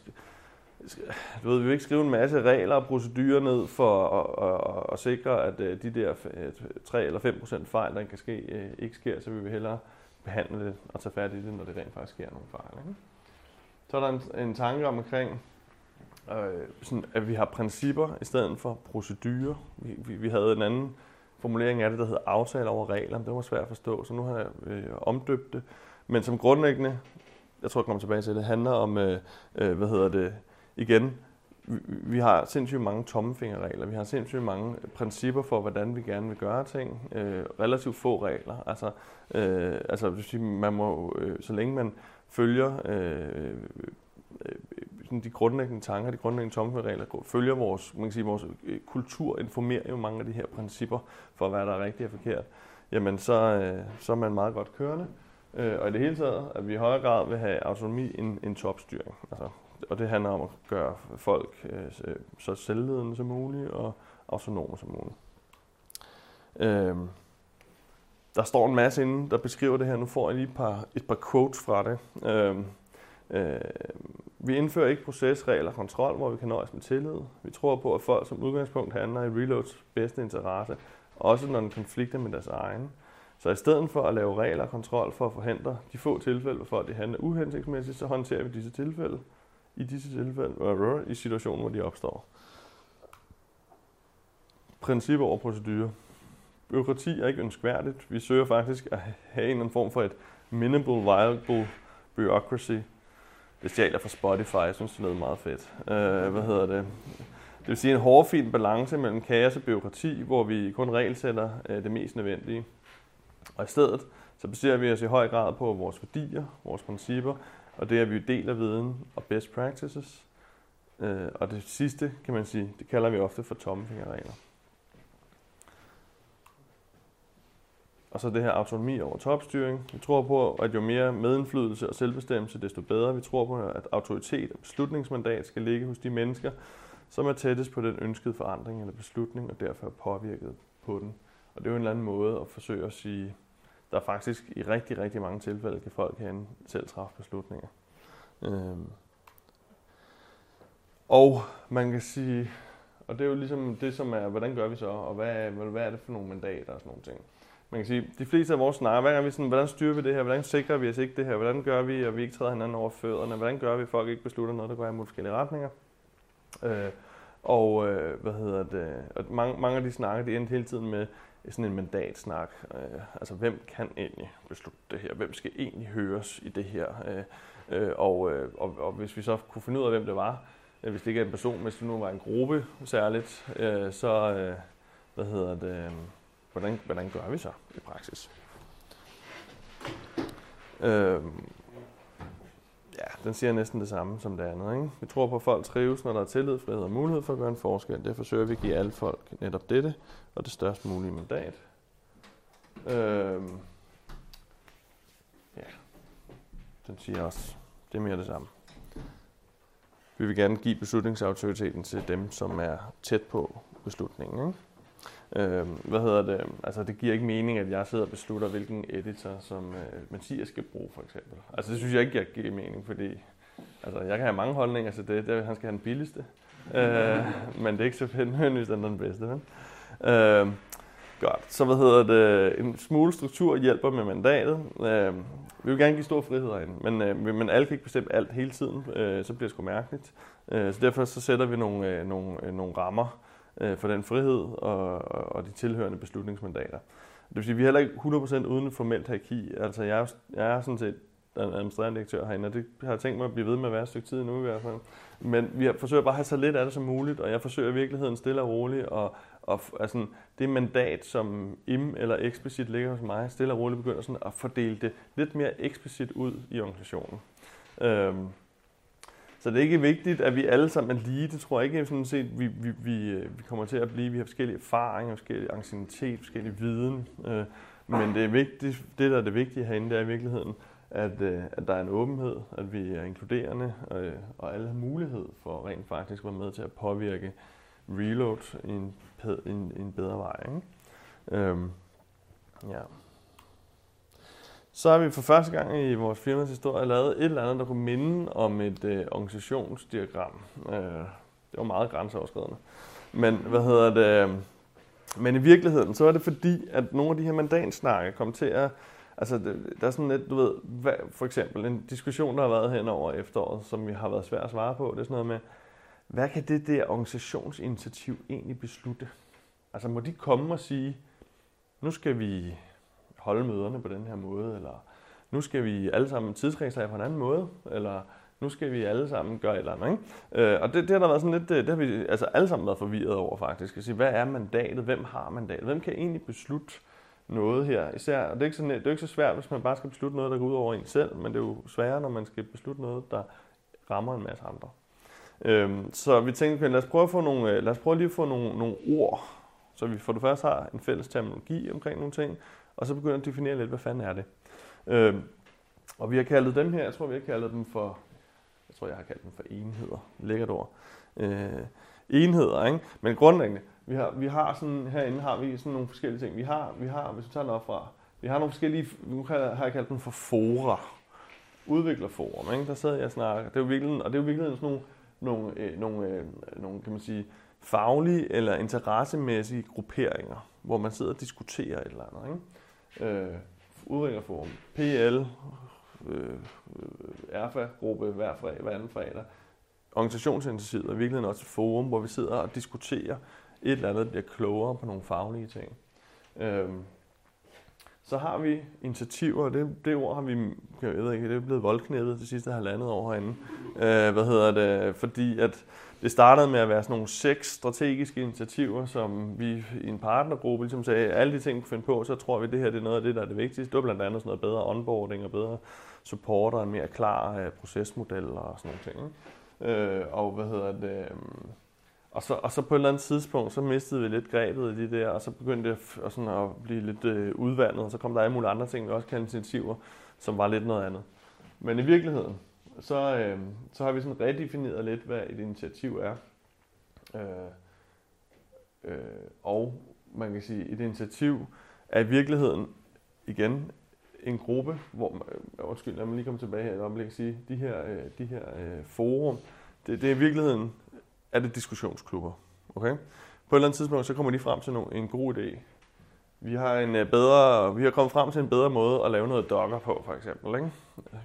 du ved, vi vil ikke skrive en masse regler og procedurer ned for at, at, at sikre, at de der tre eller fem procent fejl, der kan ske, ikke sker, så vi vil hellere behandle det og tage fat i det, når det rent faktisk sker nogle fejl. Ikke? Så er der en, en tanke omkring, øh, sådan, at vi har principper i stedet for procedurer. Vi, vi, vi havde en anden formulering af det, der hedder aftale over regler, men det var svært at forstå, så nu har jeg øh, omdøbt det. Men som grundlæggende, jeg tror jeg kommer tilbage til det, handler om, øh, øh, hvad hedder det, igen, vi, vi har sindssygt mange tommefingerregler, vi har sindssygt mange principper for, hvordan vi gerne vil gøre ting, øh, relativt få regler, altså, øh, altså det vil sige, man må, øh, så længe man følger øh, øh, de grundlæggende tanker, de grundlæggende tommefingerregler, følger vores, man kan sige, vores kultur, informerer jo mange af de her principper for, hvad der er rigtigt og forkert, jamen så, øh, så er man meget godt kørende, øh, og i det hele taget, at vi i højere grad vil have autonomi end, end topstyring, altså. Og det handler om at gøre folk øh, så selvledende som muligt og autonome som muligt. Øh, der står en masse inde, der beskriver det her. Nu får jeg lige et par, et par quotes fra det. Øh, øh, vi indfører ikke procesregler og kontrol, hvor vi kan nøjes med tillid. Vi tror på, at folk som udgangspunkt handler i reloads bedste interesse, også når den konflikter med deres egen. Så i stedet for at lave regler og kontrol for at forhindre de få tilfælde, hvor folk de handler uhensigtsmæssigt, så håndterer vi disse tilfælde. I disse tilfælde, i situationer, hvor de opstår. Principper over procedurer. Bureaukrati er ikke ønskværdigt. Vi søger faktisk at have en eller anden form for et minimal viable bureaucracy. Det stjæler fra Spotify, jeg synes, det lyder meget fedt. Uh, hvad hedder det? Det vil sige en hårfin balance mellem kaos og bureaukrati, hvor vi kun regelsætter uh, det mest nødvendige. Og i stedet, så baserer vi os i høj grad på vores værdier, vores principper, og det er, at vi deler viden og best practices. Øh, og det sidste, kan man sige, det kalder vi ofte for tommefingerregler. Og så det her autonomi over topstyring. Vi tror på, at jo mere medindflydelse og selvbestemmelse, desto bedre. Vi tror på, at autoritet og beslutningsmandat skal ligge hos de mennesker, som er tættest på den ønskede forandring eller beslutning, og derfor er påvirket på den. Og det er jo en eller anden måde at forsøge at sige, der er faktisk i rigtig, rigtig mange tilfælde, kan folk herinde selv træffe beslutninger. Øhm. Og man kan sige, og det er jo ligesom det, som er, hvordan gør vi så, og hvad er, hvad er det for nogle mandater og sådan nogle ting. Man kan sige, de fleste af vores snakker, hvad er vi sådan, hvordan styrer vi det her, hvordan sikrer vi os ikke det her, hvordan gør vi, at vi ikke træder hinanden over fødderne, hvordan gør vi, at folk ikke beslutter noget, der går imod forskellige retninger. Øh, og øh, hvad hedder det, og mange, mange af de snakker, de endte hele tiden med, sådan en mandatsnak. Øh, altså, hvem kan egentlig beslutte det her? Hvem skal egentlig høres i det her? Øh, øh, og, øh, og, og hvis vi så kunne finde ud af, hvem det var, øh, hvis det ikke er en person, hvis det nu var en gruppe særligt, øh, så øh, hvad hedder det, øh, hvordan, hvordan gør vi så i praksis? Øh, ja, den siger næsten det samme som det andet. Ikke? Vi tror på, at folk trives, når der er tillid, frihed og mulighed for at gøre en forskel. Det forsøger vi at give alle folk netop dette, og det størst mulige mandat. Øhm. Ja, den siger også, det er mere det samme. Vi vil gerne give beslutningsautoriteten til dem, som er tæt på beslutningen. Ikke? Øhm, hvad hedder det? Altså, det giver ikke mening, at jeg sidder og beslutter, hvilken editor, som øh, Mathias skal bruge, for eksempel. Altså, det synes jeg ikke, jeg giver mening, fordi altså jeg kan have mange holdninger til det, det er, han skal have den billigste. Øh, men det er ikke så nødvendigvis den, den bedste. Vel? Øh, godt, så hvad hedder det, en smule struktur hjælper med mandatet. Øh, vi vil gerne give stor frihed herinde, men, øh, men alle kan ikke bestemme alt hele tiden, øh, så bliver det sgu mærkeligt. Øh, så derfor så sætter vi nogle, øh, nogle, øh, nogle rammer øh, for den frihed og, og, og de tilhørende beslutningsmandater. Det vil sige, at vi er heller ikke hundrede procent uden formelt hierarki. Altså jeg er, jeg er sådan set den administrerende direktør herinde, og det har jeg tænkt mig at blive ved med at være et stykke tid nu i hvert fald. Men vi forsøger bare at have så lidt af det som muligt, og jeg forsøger i virkeligheden stille og roligt, og, og altså, det mandat, som im eller eksplicit ligger hos mig, stille og roligt begynder sådan at fordele det lidt mere eksplicit ud i organisationen. Øhm, så det er ikke vigtigt, at vi alle sammen er lige. Det tror jeg ikke, sådan set, vi, vi, vi, vi kommer til at blive. Vi har forskellige erfaringer, forskellige anciennitet, forskellige viden. Øh, men det er vigtigt, det der er det vigtige herinde, det er i virkeligheden, At, at der er en åbenhed, at vi er inkluderende, og, og alle har mulighed for rent faktisk at være med til at påvirke reload i en, en, en bedre vej. Ikke? Øhm, ja. Så har vi for første gang i vores firmas historie lavet et eller andet, der kunne minde om et øh, organisationsdiagram. Øh, det var meget grænseoverskridende. Men hvad hedder det? Men i virkeligheden, så er det fordi, at nogle af de her mandatsnakke kom til at Altså, der er sådan lidt, du ved, hvad, for eksempel en diskussion, der har været hen over efteråret, som vi har været svært at svare på, det er sådan noget med, hvad kan det der organisationsinitiativ egentlig beslutte? Altså, må de komme og sige, nu skal vi holde møderne på den her måde, eller nu skal vi alle sammen tidsregistrere på en anden måde, eller nu skal vi alle sammen gøre et eller andet, ikke? Øh, og det, det har der været sådan lidt, det har vi altså alle sammen været forvirret over faktisk, at sige, hvad er mandatet, hvem har mandatet, hvem kan egentlig beslutte noget her, især, og det er, ikke så, det er ikke så svært, hvis man bare skal beslutte noget, der går ud over en selv, men det er jo sværere, når man skal beslutte noget, der rammer en masse andre. Øhm, så vi tænkte, lad os prøve at få nogle, lad os prøve lige at få nogle, nogle ord, så vi for det første har en fælles terminologi omkring nogle ting, og så begynder at definere lidt, hvad fanden er det. Øhm, og vi har kaldet dem her, jeg tror vi har kaldet dem for, jeg tror jeg har kaldt dem for enheder, lækkert ord. Øh, enheder, ikke? Men grundlæggende, Vi har, vi har sådan, herinde har vi sådan nogle forskellige ting. Vi har, vi har hvis vi tager noget fra, vi har nogle forskellige, nu har jeg kaldt dem for fora, udviklerforum, ikke? Der sidder jeg og snakker, det er jo virkelig, og det er jo virkelig sådan nogle, nogle, øh, nogle, øh, nogle, kan man sige, faglige eller interessemæssige grupperinger, hvor man sidder og diskuterer et eller andet, ikke? Øh, udviklerforum, P L, øh, R F A-gruppe hver, fredag, hver anden fredag, organisationsinitiativet er virkelig også et forum, hvor vi sidder og diskuterer et eller andet, der bliver klogere på nogle faglige ting. Øhm, så har vi initiativer, og det, det ord har vi, jeg ved ikke, det er blevet voldknæppet det sidste halvandet år herinde. Øh, hvad hedder det? Fordi at det startede med at være sådan nogle seks strategiske initiativer, som vi i en partnergruppe ligesom sagde, alle de ting, vi kunne finde på, så tror vi, at det her det er noget af det, der er det vigtigste. Det var blandt andet sådan noget bedre onboarding og bedre support og en mere klar uh, procesmodel og sådan nogle ting. Øh, og hvad hedder det? Og så, og så på et eller andet tidspunkt, så mistede vi lidt grebet i de der, og så begyndte det at, sådan at blive lidt øh, udvandet, og så kom der alle mulige andre ting, vi også kaldte initiativer, som var lidt noget andet. Men i virkeligheden, så, øh, så har vi sådan redefineret lidt, hvad et initiativ er. Øh, øh, og man kan sige, et initiativ er i virkeligheden, igen, en gruppe, hvor, øh, undskyld, lad mig lige komme tilbage her et øjeblik og sige, de her, øh, de her øh, forum, det, det er i virkeligheden, er det diskussionsklubber. Okay? På et eller andet tidspunkt, så kommer de frem til en god idé. Vi har, en bedre, vi har kommet frem til en bedre måde at lave noget Docker på, for eksempel. Ikke?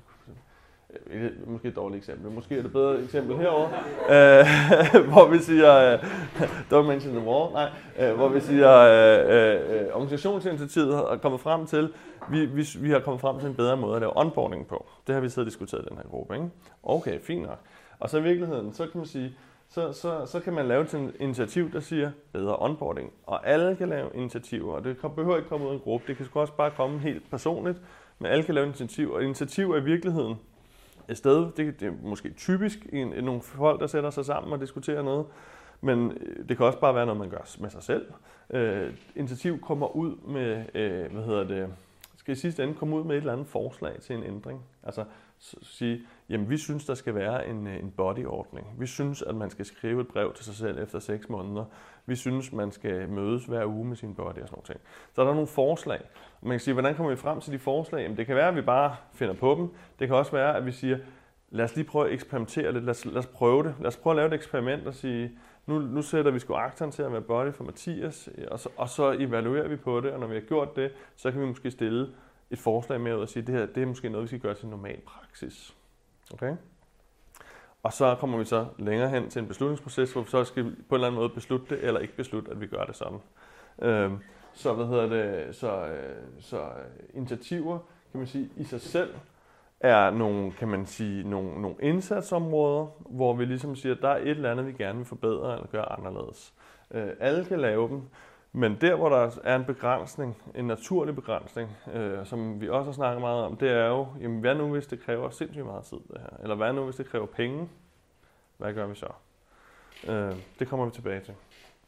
Måske et dårligt eksempel. Måske er det et bedre eksempel herovre, øh, hvor vi siger, øh, don't mention the war, nej, øh, hvor vi siger, øh, øh, organisationsinitiativet har kommet frem til, vi, vi, vi har kommet frem til en bedre måde at lave onboarding på. Det har vi siddet og diskuteret i den her gruppe. Ikke? Okay, fint nok. Og så i virkeligheden, så kan man sige, Så, så, så kan man lave et initiativ, der siger bedre onboarding. Og alle kan lave initiativer, og det behøver ikke komme ud af en gruppe. Det kan også bare komme helt personligt, men alle kan lave initiativ. Og initiativ er i virkeligheden et sted, det, det er måske typisk en, en, nogle folk, der sætter sig sammen og diskuterer noget, men det kan også bare være noget, man gør med sig selv. Uh, initiativ kommer ud med, uh, hvad hedder det, skal i sidste ende komme ud med et eller andet forslag til en ændring. Altså sige, jamen vi synes, der skal være en, en bodyordning. Vi synes, at man skal skrive et brev til sig selv efter seks måneder. Vi synes, man skal mødes hver uge med sin body og sådan nogle ting. Så er der nogle forslag. Man kan sige, hvordan kommer vi frem til de forslag? Jamen det kan være, at vi bare finder på dem. Det kan også være, at vi siger, lad os lige prøve at eksperimentere lidt, lad os, lad os prøve det. Lad os prøve at lave et eksperiment og sige, nu, nu sætter vi sgu akteren til at være body for Mathias, og så, og så evaluerer vi på det, og når vi har gjort det, så kan vi måske stille et forslag med ud og sige, det her det er måske noget, vi skal gøre til normal praksis. Okay? Og så kommer vi så længere hen til en beslutningsproces, hvor vi så skal på en eller anden måde beslutte det, eller ikke beslutte, at vi gør det sådan. Øhm, så, hvad hedder det, så, så initiativer, kan man sige, i sig selv, er nogle, kan man sige, nogle, nogle indsatsområder, hvor vi ligesom siger, at der er et eller andet, vi gerne vil forbedre eller gøre anderledes. Øh, alle kan lave dem, men der, hvor der er en begrænsning, en naturlig begrænsning, øh, som vi også har snakket meget om, det er jo, jamen, hvad nu, hvis det kræver sindssygt meget tid, det her? Eller hvad nu, hvis det kræver penge? Hvad gør vi så? Øh, det kommer vi tilbage til.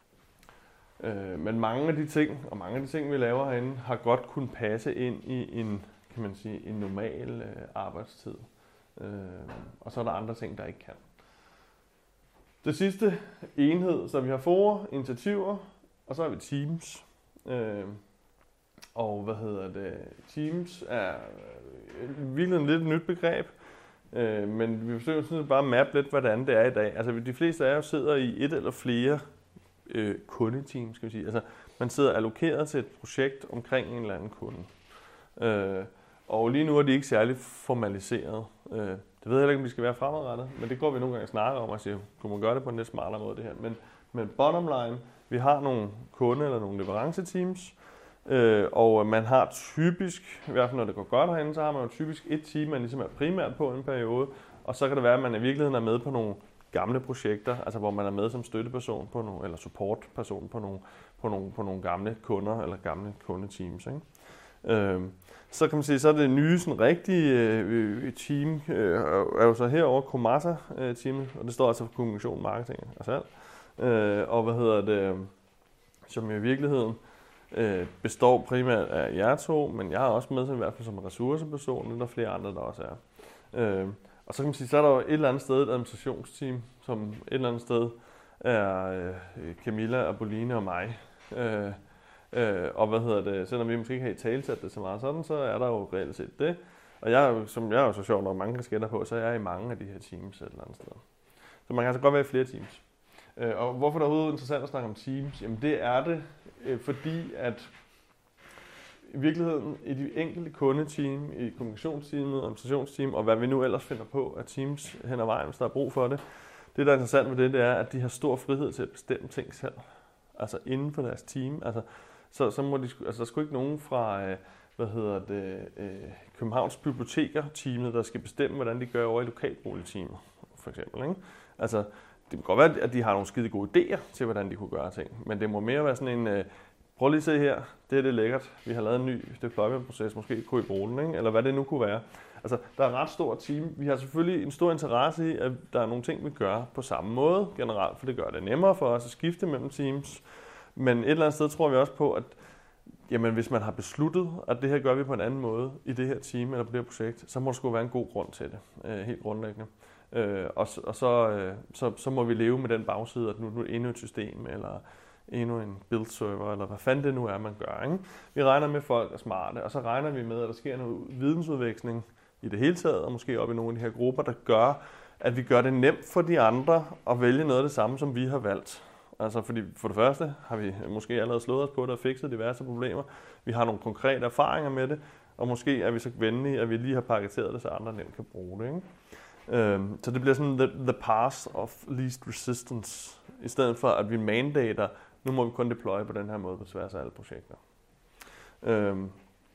Øh, men mange af de ting, og mange af de ting, vi laver herinde, har godt kunnet passe ind i en, kan man sige, en normal øh, arbejdstid. Øh, og så er der andre ting, der ikke kan. Det sidste enhed, så vi har forer, initiativer, og så har vi teams. Øh, og hvad hedder det? Teams er virkelig en lidt nyt begreb, øh, men vi forsøger sådan bare at mappe lidt, hvordan det er i dag. Altså de fleste af jer sidder i et eller flere øh, kundeteam, skal vi sige. Altså man sidder allokeret til et projekt omkring en eller anden kunde. Øh, og lige nu er de ikke særlig formaliseret. Øh, det ved jeg heller ikke, om de skal være fremadrettet, men det går vi nogle gange snakke om og siger, kunne man gøre det på en lidt smartere måde det her. Men, men bottom line, vi har nogle kunde- eller nogle leveranceteams, øh, og man har typisk, i hvert fald når det går godt herinde, så har man jo typisk et team, man ligesom er primært på en periode, og så kan det være, at man i virkeligheden er med på nogle gamle projekter, altså hvor man er med som støtteperson på nogle, eller supportperson på nogle, på nogle, på nogle gamle kunder eller gamle kundeteams, ikke? Øh, så kan man sige, så er det nye sådan rigtige øh, team, øh, er jo så herovre Comasa-teamet, og det står altså for kommunikation, marketing og salg. Øh, og hvad hedder det, som i virkeligheden øh, består primært af jer to, men jeg er også med som, i hvert fald som ressourceperson, og der er flere andre, der også er. Øh, og så kan man sige, så er der jo et eller andet sted et administrationsteam, som et eller andet sted er øh, Camilla og Boline og mig. Øh, øh, og hvad hedder det, selvom vi måske ikke har i talsat det så meget sådan, så er der jo reelt set det. Og jeg, som jeg er jo så sjov, når mange kasketter på, så er jeg i mange af de her teams et eller andet sted. Så man kan altså godt være i flere teams. Og hvorfor det er overhovedet interessant at snakke om teams? Jamen det er det, fordi at i virkeligheden i de enkelte kundeteam, i kommunikationsteamet, administrationsteam og hvad vi nu ellers finder på af teams hen ad vejen, hvis der er brug for det. Det, der er interessant ved det, det er, at de har stor frihed til at bestemme ting selv. Altså inden for deres team. Altså, så, så må de, altså, der er sgu ikke nogen fra hvad hedder det, Københavns Biblioteker-teamet, der skal bestemme, hvordan de gør over i lokalboligteamet, for eksempel. Ikke? Altså, det kan godt være, at de har nogle skide gode idéer til, hvordan de kunne gøre ting, men det må mere være sådan en, øh, prøv lige at se her, det er det lækkert, vi har lavet en ny deployment-proces, måske kunne I bruge den, ikke? Eller hvad det nu kunne være. Altså, der er et ret stort team. Vi har selvfølgelig en stor interesse i, at der er nogle ting, vi gør på samme måde generelt, for det gør det nemmere for os at skifte mellem teams. Men et eller andet sted tror vi også på, at jamen, hvis man har besluttet, at det her gør vi på en anden måde i det her team eller på det her projekt, så må der sgu være en god grund til det, øh, helt grundlæggende. Øh, og og så, øh, så, så må vi leve med den bagside, at nu er det endnu et system, eller endnu en build server, eller hvad fanden det nu er, man gør. Ikke? Vi regner med, at folk er smarte, og så regner vi med, at der sker noget vidensudveksling i det hele taget, og måske op i nogle af de her grupper, der gør, at vi gør det nemt for de andre at vælge noget af det samme, som vi har valgt. Altså fordi for det første har vi måske allerede slået os på det og fikset diverse problemer. Vi har nogle konkrete erfaringer med det, og måske er vi så venlige, at vi lige har paketeret det, så andre nemt kan bruge det. Ikke? Så det bliver sådan the, the path of least resistance, i stedet for at vi mandater, nu må vi kun deploye på den her måde på tværs af alle projekter. Øhm,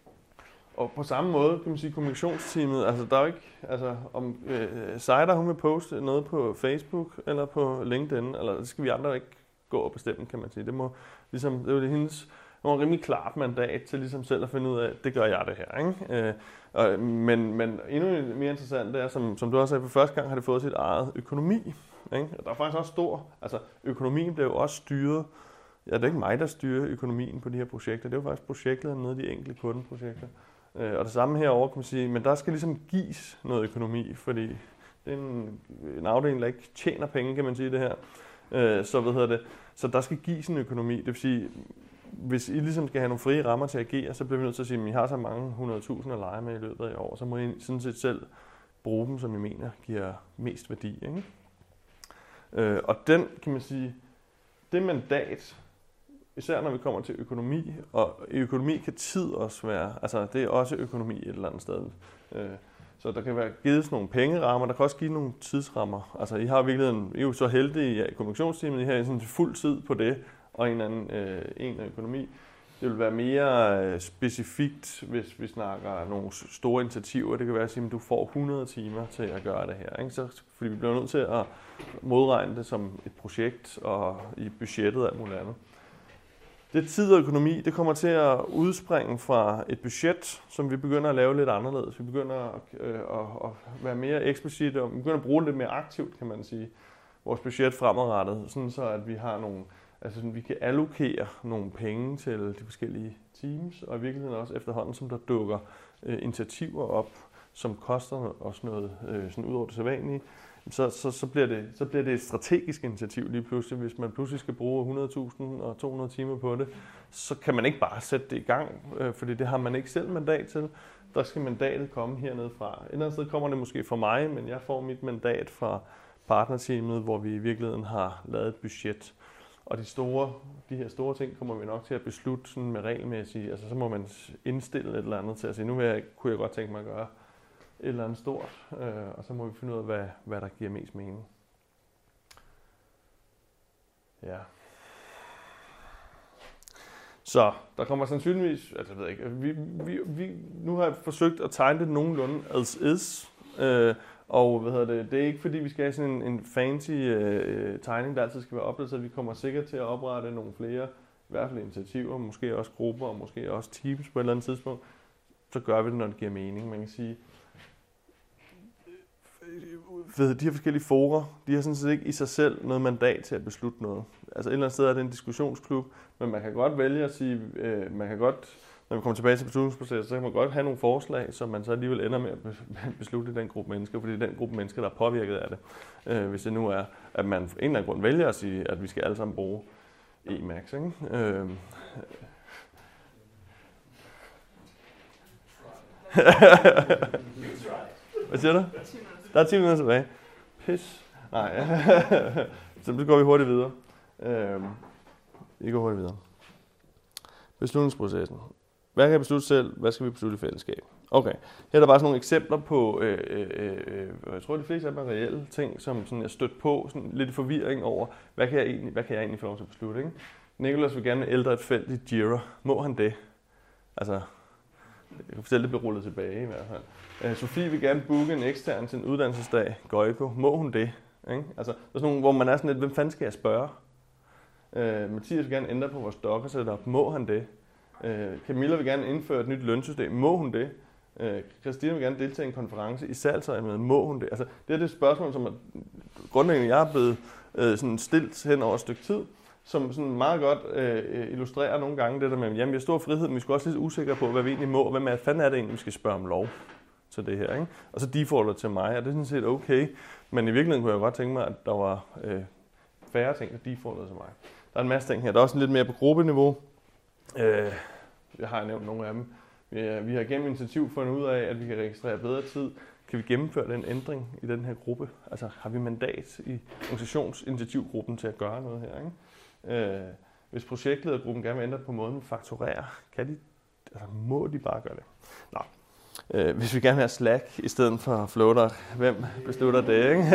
og på samme måde kan man sige kommunikationsteamet, altså der er jo ikke, altså om øh, Sejder hun vil poste noget på Facebook eller på LinkedIn, eller det skal vi andre ikke gå og bestemme, kan man sige. Det må ligesom, det er jo hendes, det var en rimelig klart mandat til ligesom selv at finde ud af, det gør jeg det her, ikke? Øh, og, men, men endnu mere interessant det er, som, som du også sagde, for første gang har det fået sit eget økonomi. Ikke? Der er faktisk også stor, altså økonomien bliver jo også styret, ja det er ikke mig, der styrer økonomien på de her projekter, det er jo faktisk projektlederen nede i de enkelte kundeprojekter. Øh, og det samme herovre kan man sige, men der skal ligesom gives noget økonomi, fordi det er en, en afdeling, der ikke tjener penge, kan man sige det her. Øh, så hvad hedder det, så der skal gives en økonomi, det vil sige, hvis I ligesom skal have nogle frie rammer til at agere, så bliver vi nødt til at sige, at I har så mange hundrede tusind at lege med i løbet af i år, så må I sådan set selv bruge dem, som jeg mener giver mest værdi. Ikke? Øh, og den, kan man sige, det mandat, især når vi kommer til økonomi, og i økonomi kan tid også være, altså det er også økonomi et eller andet sted. Øh, så der kan være givet sådan nogle pengerammer, der kan også give nogle tidsrammer. Altså I har virkelig en, I er jo så heldige i kommunikationsteamet, I har sådan fuld tid på det, og en eller anden øh, en af økonomi. Det vil være mere øh, specifikt, hvis vi snakker nogle store initiativer. Det kan være at sige, at du får hundrede timer til at gøre det her. Ikke? Så, fordi vi bliver nødt til at modregne det som et projekt og i budgettet og alt muligt andet. Det tid og økonomi, det kommer til at udspringe fra et budget, som vi begynder at lave lidt anderledes. Vi begynder at, øh, at, at være mere eksplicit, og vi begynder at bruge det lidt mere aktivt, kan man sige, vores budget fremadrettet, sådan så at vi har nogle, altså sådan, vi kan allokere nogle penge til de forskellige teams, og i virkeligheden også efterhånden, som der dukker øh, initiativer op, som koster os noget øh, sådan ud over det sædvanlige, Så, så, så, bliver det, så bliver det et strategisk initiativ lige pludselig. Hvis man pludselig skal bruge hundrede tusind og to hundrede timer på det, så kan man ikke bare sætte det i gang, øh, fordi det har man ikke selv mandat til. Der skal mandatet komme hernede fra. Et eller andet sted kommer det måske fra mig, men jeg får mit mandat fra partnerteamet, hvor vi i virkeligheden har lavet et budget. Og de, store, de her store ting kommer vi nok til at beslutte sådan med regelmæssigt. Altså så må man indstille et eller andet til at sige, nu vil jeg, kunne jeg godt tænke mig at gøre et eller andet stort, øh, og så må vi finde ud af, hvad, hvad der giver mest mening. Ja. Så der kommer sandsynligvis, altså jeg ved ikke, vi, vi, vi, nu har jeg forsøgt at tegne det nogenlunde as is, øh, og hvad hedder det, det er ikke fordi vi skal have sådan en, en fancy øh, tegning, der altid skal være opdateret, så vi kommer sikkert til at oprette nogle flere, i hvert fald initiativer, måske også grupper, og måske også teams på et eller andet tidspunkt. Så gør vi det, når det giver mening. Man kan sige, ved de her forskellige forer, de har sådan set ikke i sig selv noget mandat til at beslutte noget. Altså et eller andet sted er det en diskussionsklub, men man kan godt vælge at sige, øh, man kan godt, når vi kommer tilbage til beslutningsprocessen, så kan man godt have nogle forslag, som man så alligevel ender med at beslutte i den gruppe mennesker, fordi det er den gruppe mennesker, der er påvirket af det. Øh, hvis det nu er, at man for en eller anden grund vælger at sige, at vi skal alle sammen bruge E-Max, ikke? Øh, Hvad siger du? Der er ti minutter tilbage. Pis. Nej. Så går vi hurtigt videre. Øhm, vi går hurtigt videre. Beslutningsprocessen. Hvad kan jeg beslutte selv? Hvad skal vi beslutte i fællesskab? Okay. Her er der bare sådan nogle eksempler på, øh, øh, øh, jeg tror de fleste af dem er reelle ting, som sådan, jeg stødt på, sådan lidt forvirring over, hvad kan jeg egentlig, hvad kan jeg egentlig få lov til at beslutte? Ikke? Nicholas vil gerne ældre et felt i Jira. Må han det? Altså, jeg kan fortælle, det bliver rullet tilbage i hvert fald. Uh, Sofie vil gerne booke en ekstern til en uddannelsesdag. Goiko. Må hun det? Ikke? Altså, der er sådan nogle, hvor man er sådan lidt, hvem fanden skal jeg spørge? Uh, Mathias vil gerne ændre på vores docker setup. Må han det? Uh, Camilla vil gerne indføre et nyt lønsystem. Må hun det? Uh, Christine vil gerne deltage i en konference i salgsøjemed. Må hun det? Altså, det er det spørgsmål, som er, grundlæggende jeg er blevet uh, sådan stilt hen over et stykke tid, som sådan meget godt øh, illustrerer nogle gange det der med, jamen vi har stor frihed, men vi skal også lidt usikre på, hvad vi egentlig må, og hvad med, fanden er det egentlig, vi skal spørge om lov til det her, ikke? Og så defaulter til mig, og det er sådan set okay, men i virkeligheden kunne jeg godt tænke mig, at der var øh, færre ting, der defaultede til mig. Der er en masse ting her, der er også lidt mere på gruppeniveau. Øh, jeg har nævnt nogle af dem. Vi, er, vi har gennem initiativ fundet ud af, at vi kan registrere bedre tid. Kan vi gennemføre den ændring i den her gruppe? Altså har vi mandat i organisationsinitiativgruppen til at gøre noget her, ikke? Øh, hvis projektledergruppen gerne vil ændre på måden, vi fakturerer, kan de, altså må de bare gøre det? Nå. Øh, hvis vi gerne vil have Slack i stedet for Floater, hvem beslutter det, ikke?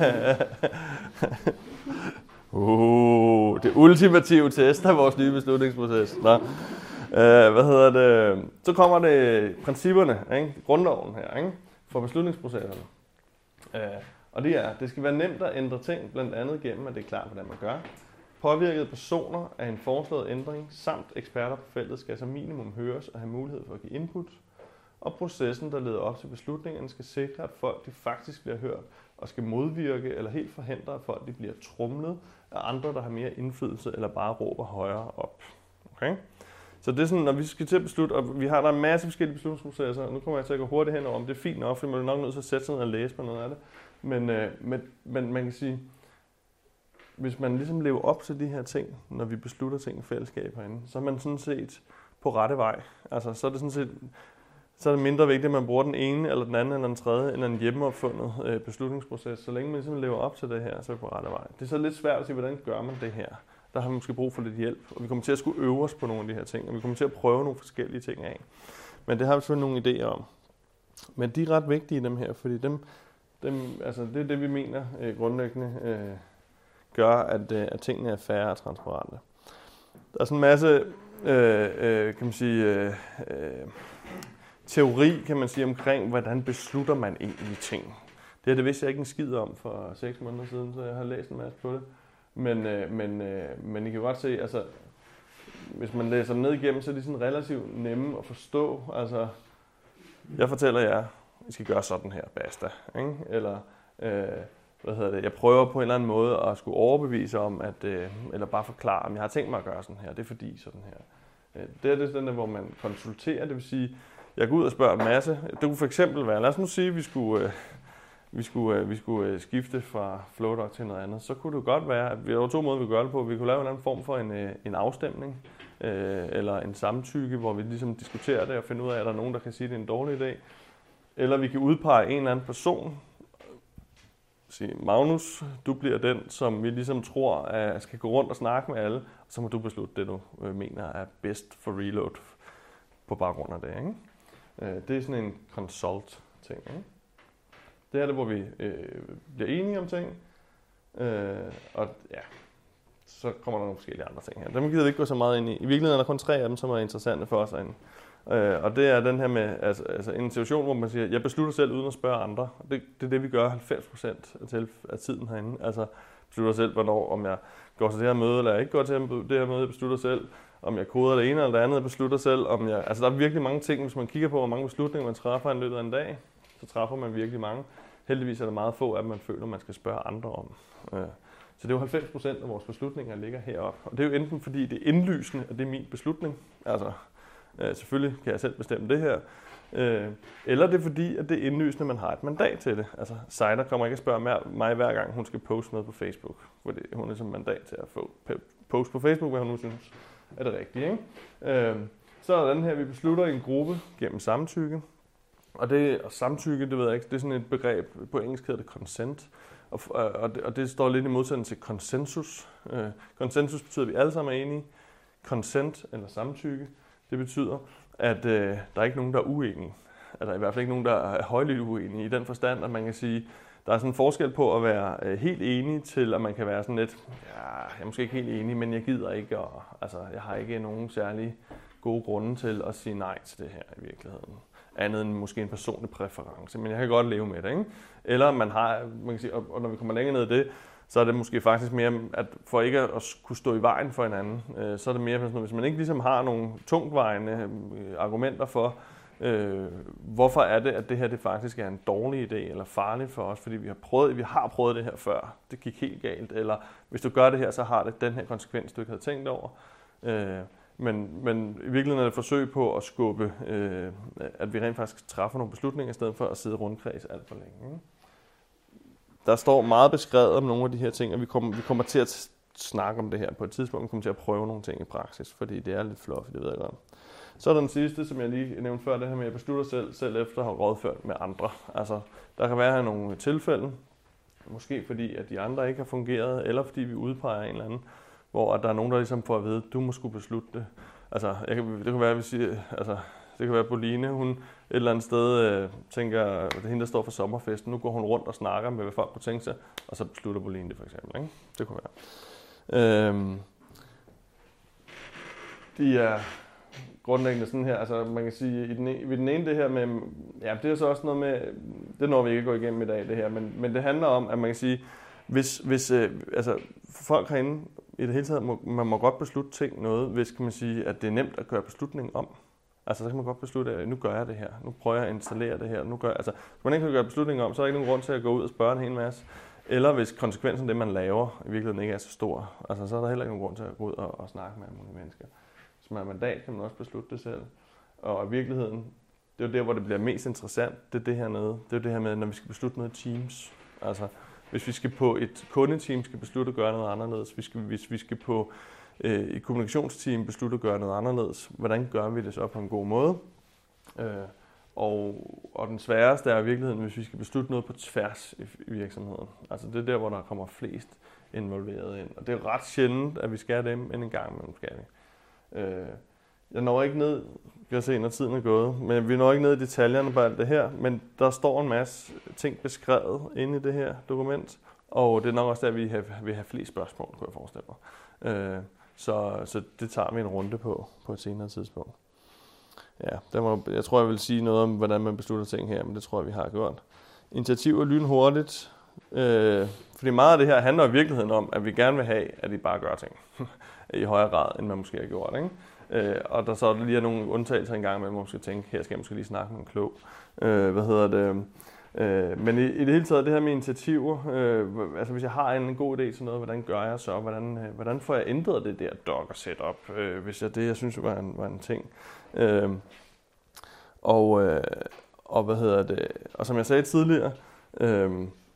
uh, det ultimative test af vores nye beslutningsproces. Nå. Øh, hvad hedder det? Så kommer det principperne, ikke? Grundloven her, ikke? For beslutningsprocesserne. Øh, og det er, det skal være nemt at ændre ting, blandt andet gennem, at det er klart, hvordan man gør. Påvirkede personer af en foreslået ændring samt eksperter på feltet skal som minimum høres og have mulighed for at give input. Og processen, der leder op til beslutningerne, skal sikre, at folk de faktisk bliver hørt og skal modvirke eller helt forhindre, at folk de bliver tromlet af andre, der har mere indflydelse eller bare råber højere op. Okay? Så det er sådan, når vi skal til at beslutte, og vi har der en masse forskellige beslutningsprocesser, og nu kommer jeg til at gå hurtigt hen over, om det er fint nok, for man er nok nødt til at sætte sig ned og læse på noget af det. Men, øh, men, men man kan sige, hvis man ligesom lever op til de her ting, når vi beslutter ting i fællesskab herinde, så er man sådan set på rette vej. Altså, så er det sådan set, så er det mindre vigtigt, at man bruger den ene, eller den anden, eller den tredje, eller en hjemmeopfundet øh, beslutningsproces. Så længe man ligesom lever op til det her, så er vi på rette vej. Det er så lidt svært at sige, hvordan gør man det her. Der har vi måske brug for lidt hjælp, og vi kommer til at skulle øve os på nogle af de her ting, og vi kommer til at prøve nogle forskellige ting af. Men det har vi selvfølgelig nogle idéer om. Men de er ret vigtige, dem her, fordi dem, dem, altså det er det, vi mener øh, grundlæggende øh, gør, at, øh, at tingene er færre og transparente. Der er sådan en masse, øh, øh, kan man sige, øh, øh, teori, kan man sige, omkring, hvordan beslutter man egentlig ting. Det her, det vidste jeg ikke en skid om for seks måneder siden, så jeg har læst en masse på det. Men, øh, men, øh, men I kan godt se, altså, hvis man læser dem ned igennem, så er de sådan relativt nemme at forstå. Altså, jeg fortæller jer, I skal gøre sådan her, basta. Ikke? Eller, øh, hvad hedder det, jeg prøver på en eller anden måde at skulle overbevise om, at, øh, eller bare forklare, om jeg har tænkt mig at gøre sådan her. Det er fordi sådan her. Øh, det er det sådan, hvor man konsulterer, det vil sige, jeg går ud og spørger en masse. Det kunne for eksempel være, lad os nu sige, at vi skulle... Øh, vi skulle, vi skulle skifte fra Flowdoc til noget andet, så kunne det godt være, at vi har to måder, vi gør det på. Vi kunne lave en anden form for en, en afstemning, øh, eller en samtykke, hvor vi ligesom diskuterer det og finder ud af, at der er nogen, der kan sige, at det er en dårlig idé. Eller vi kan udpege en eller anden person, sige, Magnus, du bliver den, som vi ligesom tror, at skal gå rundt og snakke med alle, og så må du beslutte det, du mener er bedst for reload på baggrund af det. Ikke? Det er sådan en consult-ting, ikke? Det er det, hvor vi øh, bliver enige om ting, øh, og ja, så kommer der nogle forskellige andre ting her. Dem gider vi ikke gå så meget ind i. I virkeligheden er der kun tre af dem, som er interessante for os herinde. Øh, og det er den her med altså, altså en situation, hvor man siger, jeg beslutter selv uden at spørge andre. Det, det er det, vi gør halvfems procent af tiden herinde. Altså beslutter selv, hvornår, om jeg går til det her møde, eller jeg ikke går til det her møde, jeg beslutter selv, om jeg koder det ene eller det andet, jeg beslutter selv, om jeg... Altså der er virkelig mange ting, hvis man kigger på, hvor mange beslutninger man træffer i løbet af en dag, så træffer man virkelig mange. Heldigvis er der meget få af dem, man føler, man skal spørge andre om. Så det er jo halvfems procent af vores beslutninger, der ligger heroppe. Og det er jo enten fordi, det er indlysende, at det er min beslutning. Altså, selvfølgelig kan jeg selv bestemme det her. Eller det er fordi, at det er indlysende, at man har et mandat til det. Altså, Seiner kommer ikke at spørge mig hver gang, hun skal poste noget på Facebook. Fordi hun er ligesom mandat til at få post på Facebook, hvad hun nu synes er det rigtige. Ikke? Så er der den her, vi beslutter i en gruppe gennem samtykke. Og det og samtykke, det ved jeg ikke, det er sådan et begreb, på engelsk hedder det consent, og, og, det, og det står lidt i modsætning til konsensus. Uh, konsensus betyder, at vi alle sammen er enige. Consent, eller samtykke, det betyder, at uh, der er ikke nogen, der er uenige. At der er i hvert fald ikke nogen, der er højlydt uenige, i den forstand, at man kan sige, der er sådan en forskel på at være uh, helt enig til, at man kan være sådan lidt, ja, jeg er måske ikke helt enig, men jeg gider ikke, og, altså, jeg har ikke nogen særlig gode grunde til at sige nej til det her i virkeligheden. Andet end måske en personlig præference, men jeg kan godt leve med det, ikke? Eller man har, man kan sige, og når vi kommer længere ned i det, så er det måske faktisk mere, at for ikke at kunne stå i vejen for hinanden, så er det mere, hvis man ikke ligesom har nogle tungtvejende argumenter for, øh, hvorfor er det, at det her det faktisk er en dårlig idé eller farligt for os, fordi vi har prøvet, vi har prøvet det her før, det gik helt galt, eller hvis du gør det her, så har det den her konsekvens, du ikke havde tænkt over. Øh, Men, men i virkeligheden er det et forsøg på at skubbe, øh, at vi rent faktisk træffer nogle beslutninger, i stedet for at sidde rundkreds alt for længe. Ikke? Der står meget beskrevet om nogle af de her ting, og vi kommer, vi kommer til at snakke om det her på et tidspunkt. Vi kommer til at prøve nogle ting i praksis, fordi det er lidt fluffy, det ved jeg godt. Så er der den sidste, som jeg lige nævnte før, det her med, at jeg beslutter selv, selv efter at have rådført med andre. Altså, der kan være her nogle tilfælde, måske fordi, at de andre ikke har fungeret, eller fordi vi udpeger en eller anden, hvor der er nogen, der ligesom får at vide, du må skulle beslutte det. Altså, jeg kan, det kan være, vi siger, altså, det kan være Boline, hun et eller andet sted øh, tænker, at det er hende, der står for sommerfesten. Nu går hun rundt og snakker med, hvad folk kunne tænke sig, og så beslutter Boline det for eksempel. Ikke? Det kunne være. Øhm, de er grundlæggende sådan her, altså man kan sige, i den, i den ene det her med, ja, det er så også noget med, det når vi ikke gå igennem i dag det her, men, men det handler om, at man kan sige, hvis, hvis øh, altså, folk herinde, i det hele taget, må, man må godt beslutte ting noget, hvis kan man sige, at det er nemt at gøre beslutningen om. Altså, så kan man godt beslutte, at nu gør jeg det her, nu prøver jeg at installere det her, nu gør jeg, altså, hvis man ikke kan gøre beslutningen om, så er der ikke nogen grund til at gå ud og spørge en hel masse. Eller hvis konsekvensen af det, man laver, i virkeligheden ikke er så stor, altså, så er der heller ikke nogen grund til at gå ud og, og snakke med nogle mennesker. Hvis man har mandat, kan man også beslutte det selv. Og i virkeligheden, det er jo der, hvor det bliver mest interessant, det er det her med, det er det her med, når vi skal beslutte noget i Teams. Altså, hvis vi skal på et kundeteam skal beslutte at gøre noget anderledes, hvis vi skal, hvis vi skal på øh, et kommunikationsteam beslutte at gøre noget anderledes, hvordan gør vi det så på en god måde? Øh, og, og den sværeste er i virkeligheden, hvis vi skal beslutte noget på tværs i, i virksomheden. Altså det er der, hvor der kommer flest involveret ind. Og det er ret sjældent, at vi skal dem en gang imellem skal vi. Øh, jeg når ikke ned, kan jeg se, når tiden er gået, men vi når ikke ned i detaljerne på alt det her, men der står en masse ting beskrevet inde i det her dokument, og det er nok også der, vi har, vi har flest spørgsmål, kunne jeg forestille mig. Øh, så, så det tager vi en runde på, på et senere tidspunkt. Ja, der må, jeg tror, jeg vil sige noget om, hvordan man beslutter ting her, men det tror jeg, vi har gjort. Initiativer lynhurtigt, øh, fordi meget af det her handler i virkeligheden om, at vi gerne vil have, at I bare gør ting i højere grad, end man måske har gjort, ikke? Øh, og der så er der lige nogle undtagelser en gang, man måske tænke, her skal jeg måske lige snakke med en klog. Øh, hvad hedder det? Øh, men i, i det hele taget, det her med initiativer, øh, altså hvis jeg har en god idé til noget, hvordan gør jeg så? Hvordan, øh, hvordan får jeg ændret det der Docker setup, øh, hvis jeg det, jeg synes var en, var en ting. Øh, og, øh, og hvad hedder det? Og som jeg sagde tidligere, øh,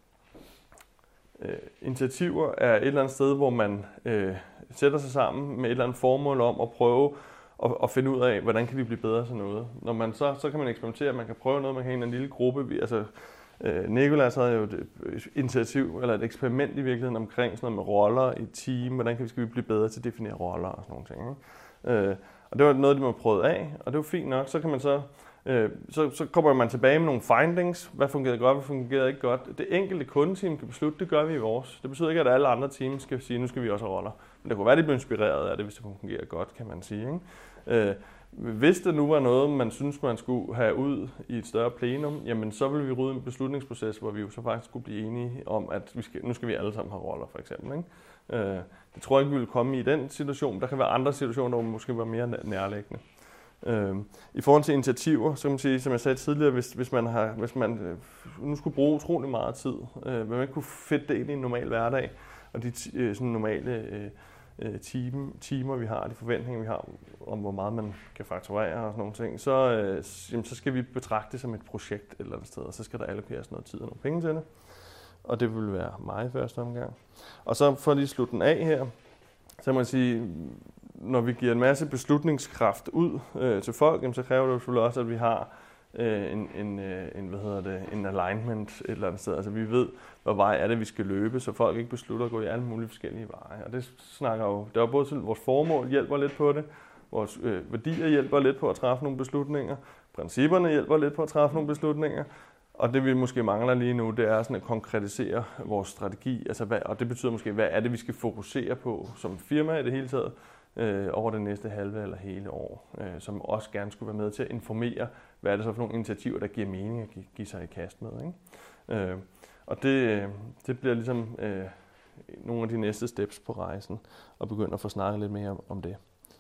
øh, initiativer er et eller andet sted, hvor man øh, sætter sig sammen med et eller andet formål om at prøve at, at finde ud af, hvordan kan vi blive bedre til noget. Når man så, så kan man eksperimentere, man kan prøve noget, man kan have en lille gruppe. Vi, altså, øh, Nicolas havde jo et initiativ, eller et eksperiment i virkeligheden omkring sådan noget med roller i team, hvordan kan vi, skal vi blive bedre til at definere roller og sådan nogle ting. Ikke? Øh, og det var noget, de man prøvede af, og det var fint nok. Så kan man så Øh, så, så kommer man tilbage med nogle findings. Hvad fungerede godt, hvad fungerede ikke godt. Det enkelte kundeteam kan beslutte, det gør vi i vores. Det betyder ikke, at alle andre teams skal sige, nu skal vi også have roller. Men det kunne være, at de blev inspireret af det, hvis det fungerer godt, kan man sige. Ikke? Øh, hvis det nu var noget, man synes, man skulle have ud i et større plenum, jamen så ville vi rydde en beslutningsproces, hvor vi jo så faktisk skulle blive enige om, at vi skal, nu skal vi alle sammen have roller, for eksempel. Ikke? Øh, det tror jeg ikke, vi vil komme i den situation. Der kan være andre situationer, hvor måske var mere nærliggende. Øh, I forhold til initiativer, så kan man sige, som jeg sagde tidligere, hvis, hvis man, har, hvis man øh, nu skulle bruge utrolig meget tid, øh, vil man ikke kunne fedte det ind i en normal hverdag, og de øh, sådan normale øh, team, timer, vi har, de forventninger, vi har om, hvor meget man kan fakturere og sådan nogle ting, så, øh, jamen, så skal vi betragte det som et projekt et eller andet sted, og så skal der allokeres noget tid og nogle penge til det, og det vil være mig i første omgang. Og så for lige at slutte den af her, så kan man sige, når vi giver en masse beslutningskraft ud øh, til folk, jamen, så kræver det jo selvfølgelig også, at vi har øh, en, en, en, hvad hedder det, en alignment et eller andet sted. Altså vi ved, hvad vej er det, vi skal løbe, så folk ikke beslutter at gå i alle mulige forskellige veje. Og det snakker jo, det er jo både til vores formål hjælper lidt på det, vores øh, værdier hjælper lidt på at træffe nogle beslutninger, principperne hjælper lidt på at træffe nogle beslutninger, og det vi måske mangler lige nu, det er sådan at konkretisere vores strategi, altså hvad, og det betyder måske, hvad er det, vi skal fokusere på som firma i det hele taget, øh, over det næste halve eller hele år, øh, som også gerne skulle være med til at informere, hvad er det så for nogle initiativer, der giver mening at give, give sig i kast med. Ikke? Øh, og det, det bliver ligesom øh, nogle af de næste steps på rejsen, og begynde at få snakket lidt mere om, om det.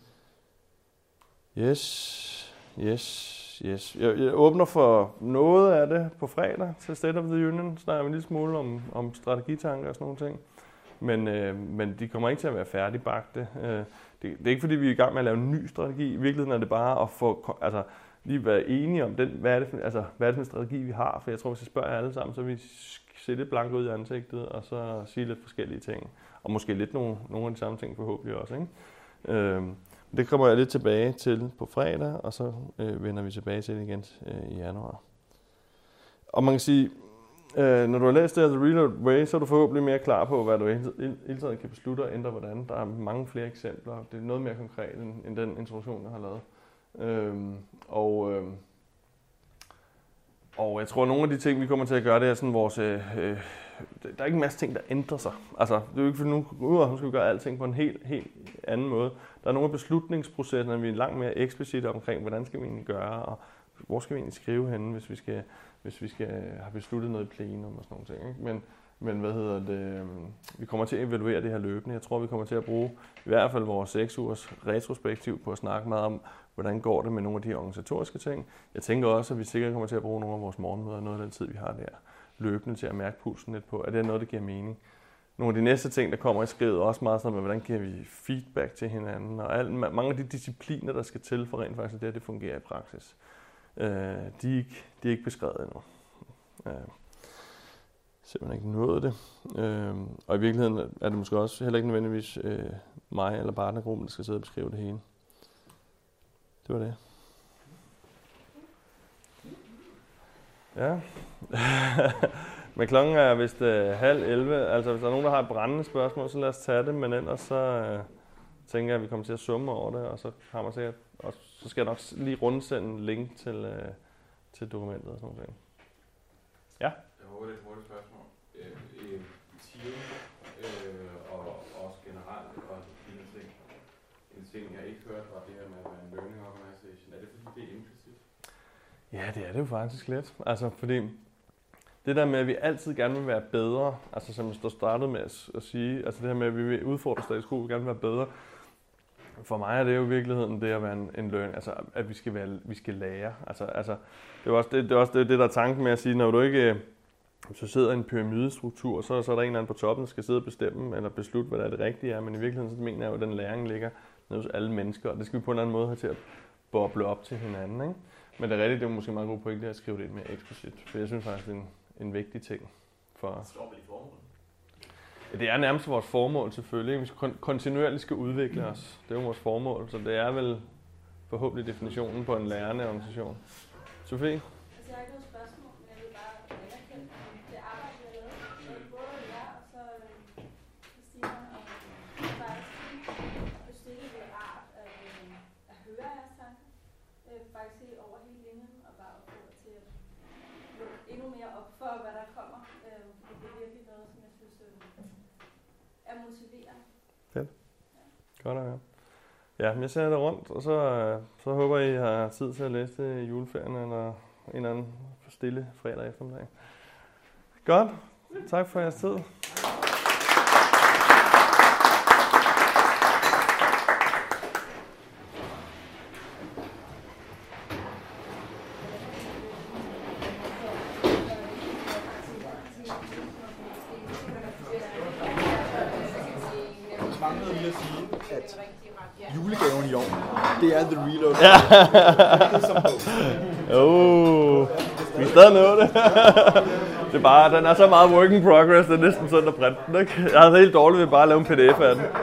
Yes, yes. Yes. Jeg, jeg åbner for noget af det på fredag til State of the Union. Snakker vi en lille smule om, om strategitanker og sådan nogle ting. Men, øh, men de kommer ikke til at være færdigbagte. Øh, det, det er ikke fordi, vi er i gang med at lave en ny strategi. I virkeligheden er det bare at få, altså, lige være enige om, den, hvad, er det for, altså, hvad er det for en strategi, vi har. For jeg tror, hvis jeg spørger jer alle sammen, så vil vi se lidt blankt ud i ansigtet, og så sige lidt forskellige ting. Og måske lidt nogle, nogle af de samme ting forhåbentlig også. Ikke? Øh, Det kommer jeg lidt tilbage til på fredag, og så øh, vender vi tilbage til det igen øh, i januar. Og man kan sige, øh, når du har læst det her The Reload Way, så er du forhåbentlig mere klar på, hvad du hele tiden kan beslutte og ændre hvordan. Der er mange flere eksempler. Det er noget mere konkret end, end den introduktion, jeg har lavet. Øhm, og, øh, og jeg tror, at nogle af de ting, vi kommer til at gøre, det er sådan vores... Øh, der er ikke en masse ting, der ændrer sig. Altså, det er jo ikke fordi nu, uh, nu skal vi gøre alting på en helt, helt anden måde. Der er nogle af beslutningsprocesserne, vi er langt mere eksplicite omkring, hvordan skal vi egentlig gøre, og hvor skal vi egentlig skrive henne, hvis vi skal, hvis vi skal have besluttet noget i plenum og sådan nogle ting. Ikke? Men, men hvad hedder det, vi kommer til at evaluere det her løbende. Jeg tror, vi kommer til at bruge i hvert fald vores seks ugers retrospektiv på at snakke meget om, hvordan går det med nogle af de organisatoriske ting. Jeg tænker også, at vi sikkert kommer til at bruge nogle af vores morgenmøder, noget af den tid, vi har der, løbende til at mærke pulsen lidt på. Er det noget, der giver mening? Nogle af de næste ting, der kommer i skrivet, også meget sådan med, hvordan giver vi feedback til hinanden, og alt, mange af de discipliner, der skal til for rent faktisk, det, at det fungerer i praksis. Øh, de, er ikke, de er ikke beskrevet endnu. Øh, simpelthen ikke nået det. Øh, og i virkeligheden er det måske også heller ikke nødvendigvis øh, mig eller partnergruppen, der skal sidde og beskrive det hele. Det var det. Ja. Men klokken er vist uh, halv elleve. Altså hvis der er nogen, der har et brændende spørgsmål, så lad os tage det. Men ellers så uh, tænker jeg, at vi kommer til at summe over det. Og så, har man sikkert, og så skal jeg nok lige rundsende en link til, uh, til dokumentet og sådan noget. Ja? Jeg håber, det er et hurtigt spørgsmål. Øh, team øh, og også generelt og de ting. En ting, jeg ikke hørte, var det her med at være en learning organization. Er det fordi, det er implicit? Ja, det er det jo faktisk lidt. Altså fordi det der med, at vi altid gerne vil være bedre, altså som jeg startede med at, at sige, altså det her med, at vi vil udfordre status quo, vi gerne vil være bedre. For mig er det jo i virkeligheden det at være en, en learning, altså at vi skal, være, vi skal lære. Altså, altså, det er også det, det, er også det, det, der er tanken med at sige, når du ikke hvis du sidder i en pyramidestruktur, så, så er der en eller anden på toppen, der skal sidde og bestemme eller beslutte, hvad der er det rigtige er. Men i virkeligheden så mener jeg jo, at den læring ligger nede hos alle mennesker, og det skal vi på en eller anden måde have til at boble op til hinanden. Ikke? Men det er rigtigt, det er måske meget god pointe at skrive det lidt mere eksplicit, for jeg synes faktisk, det er en, en vigtig ting. For står vel i formålet? Ja, det er nærmest vores formål selvfølgelig. Vi skal kontinuerligt skal udvikle os. Det er jo vores formål, så det er vel forhåbentlig definitionen på en lærende organisation. Sofie? Altså, jeg har ikke noget spørgsmål, men jeg vil bare anerkende det arbejde, vi har lavet. Både jer og så Christina og faktisk jeg synes, det er rart at, at høre jeres tanker. Faktisk helt over hele linjen og bare opfordre til at lukke endnu mere op for, hvad der kommer. Fordi det er virkelig noget, som jeg synes er motiverende. Fedt. Godt at høre. Ja, men jeg sender det rundt, og så, så håber I har tid til at læse det i juleferien eller en eller anden stille fredag eftermiddag. Godt. Tak for jeres tid. Julegaven i år, det er The Reload. Ja. oh, vi er stadig nået det. Det er bare, den er så meget work in progress, det er næsten sådan at printe den, ikke? Jeg er helt dårlig ved bare at lave en pdf af den.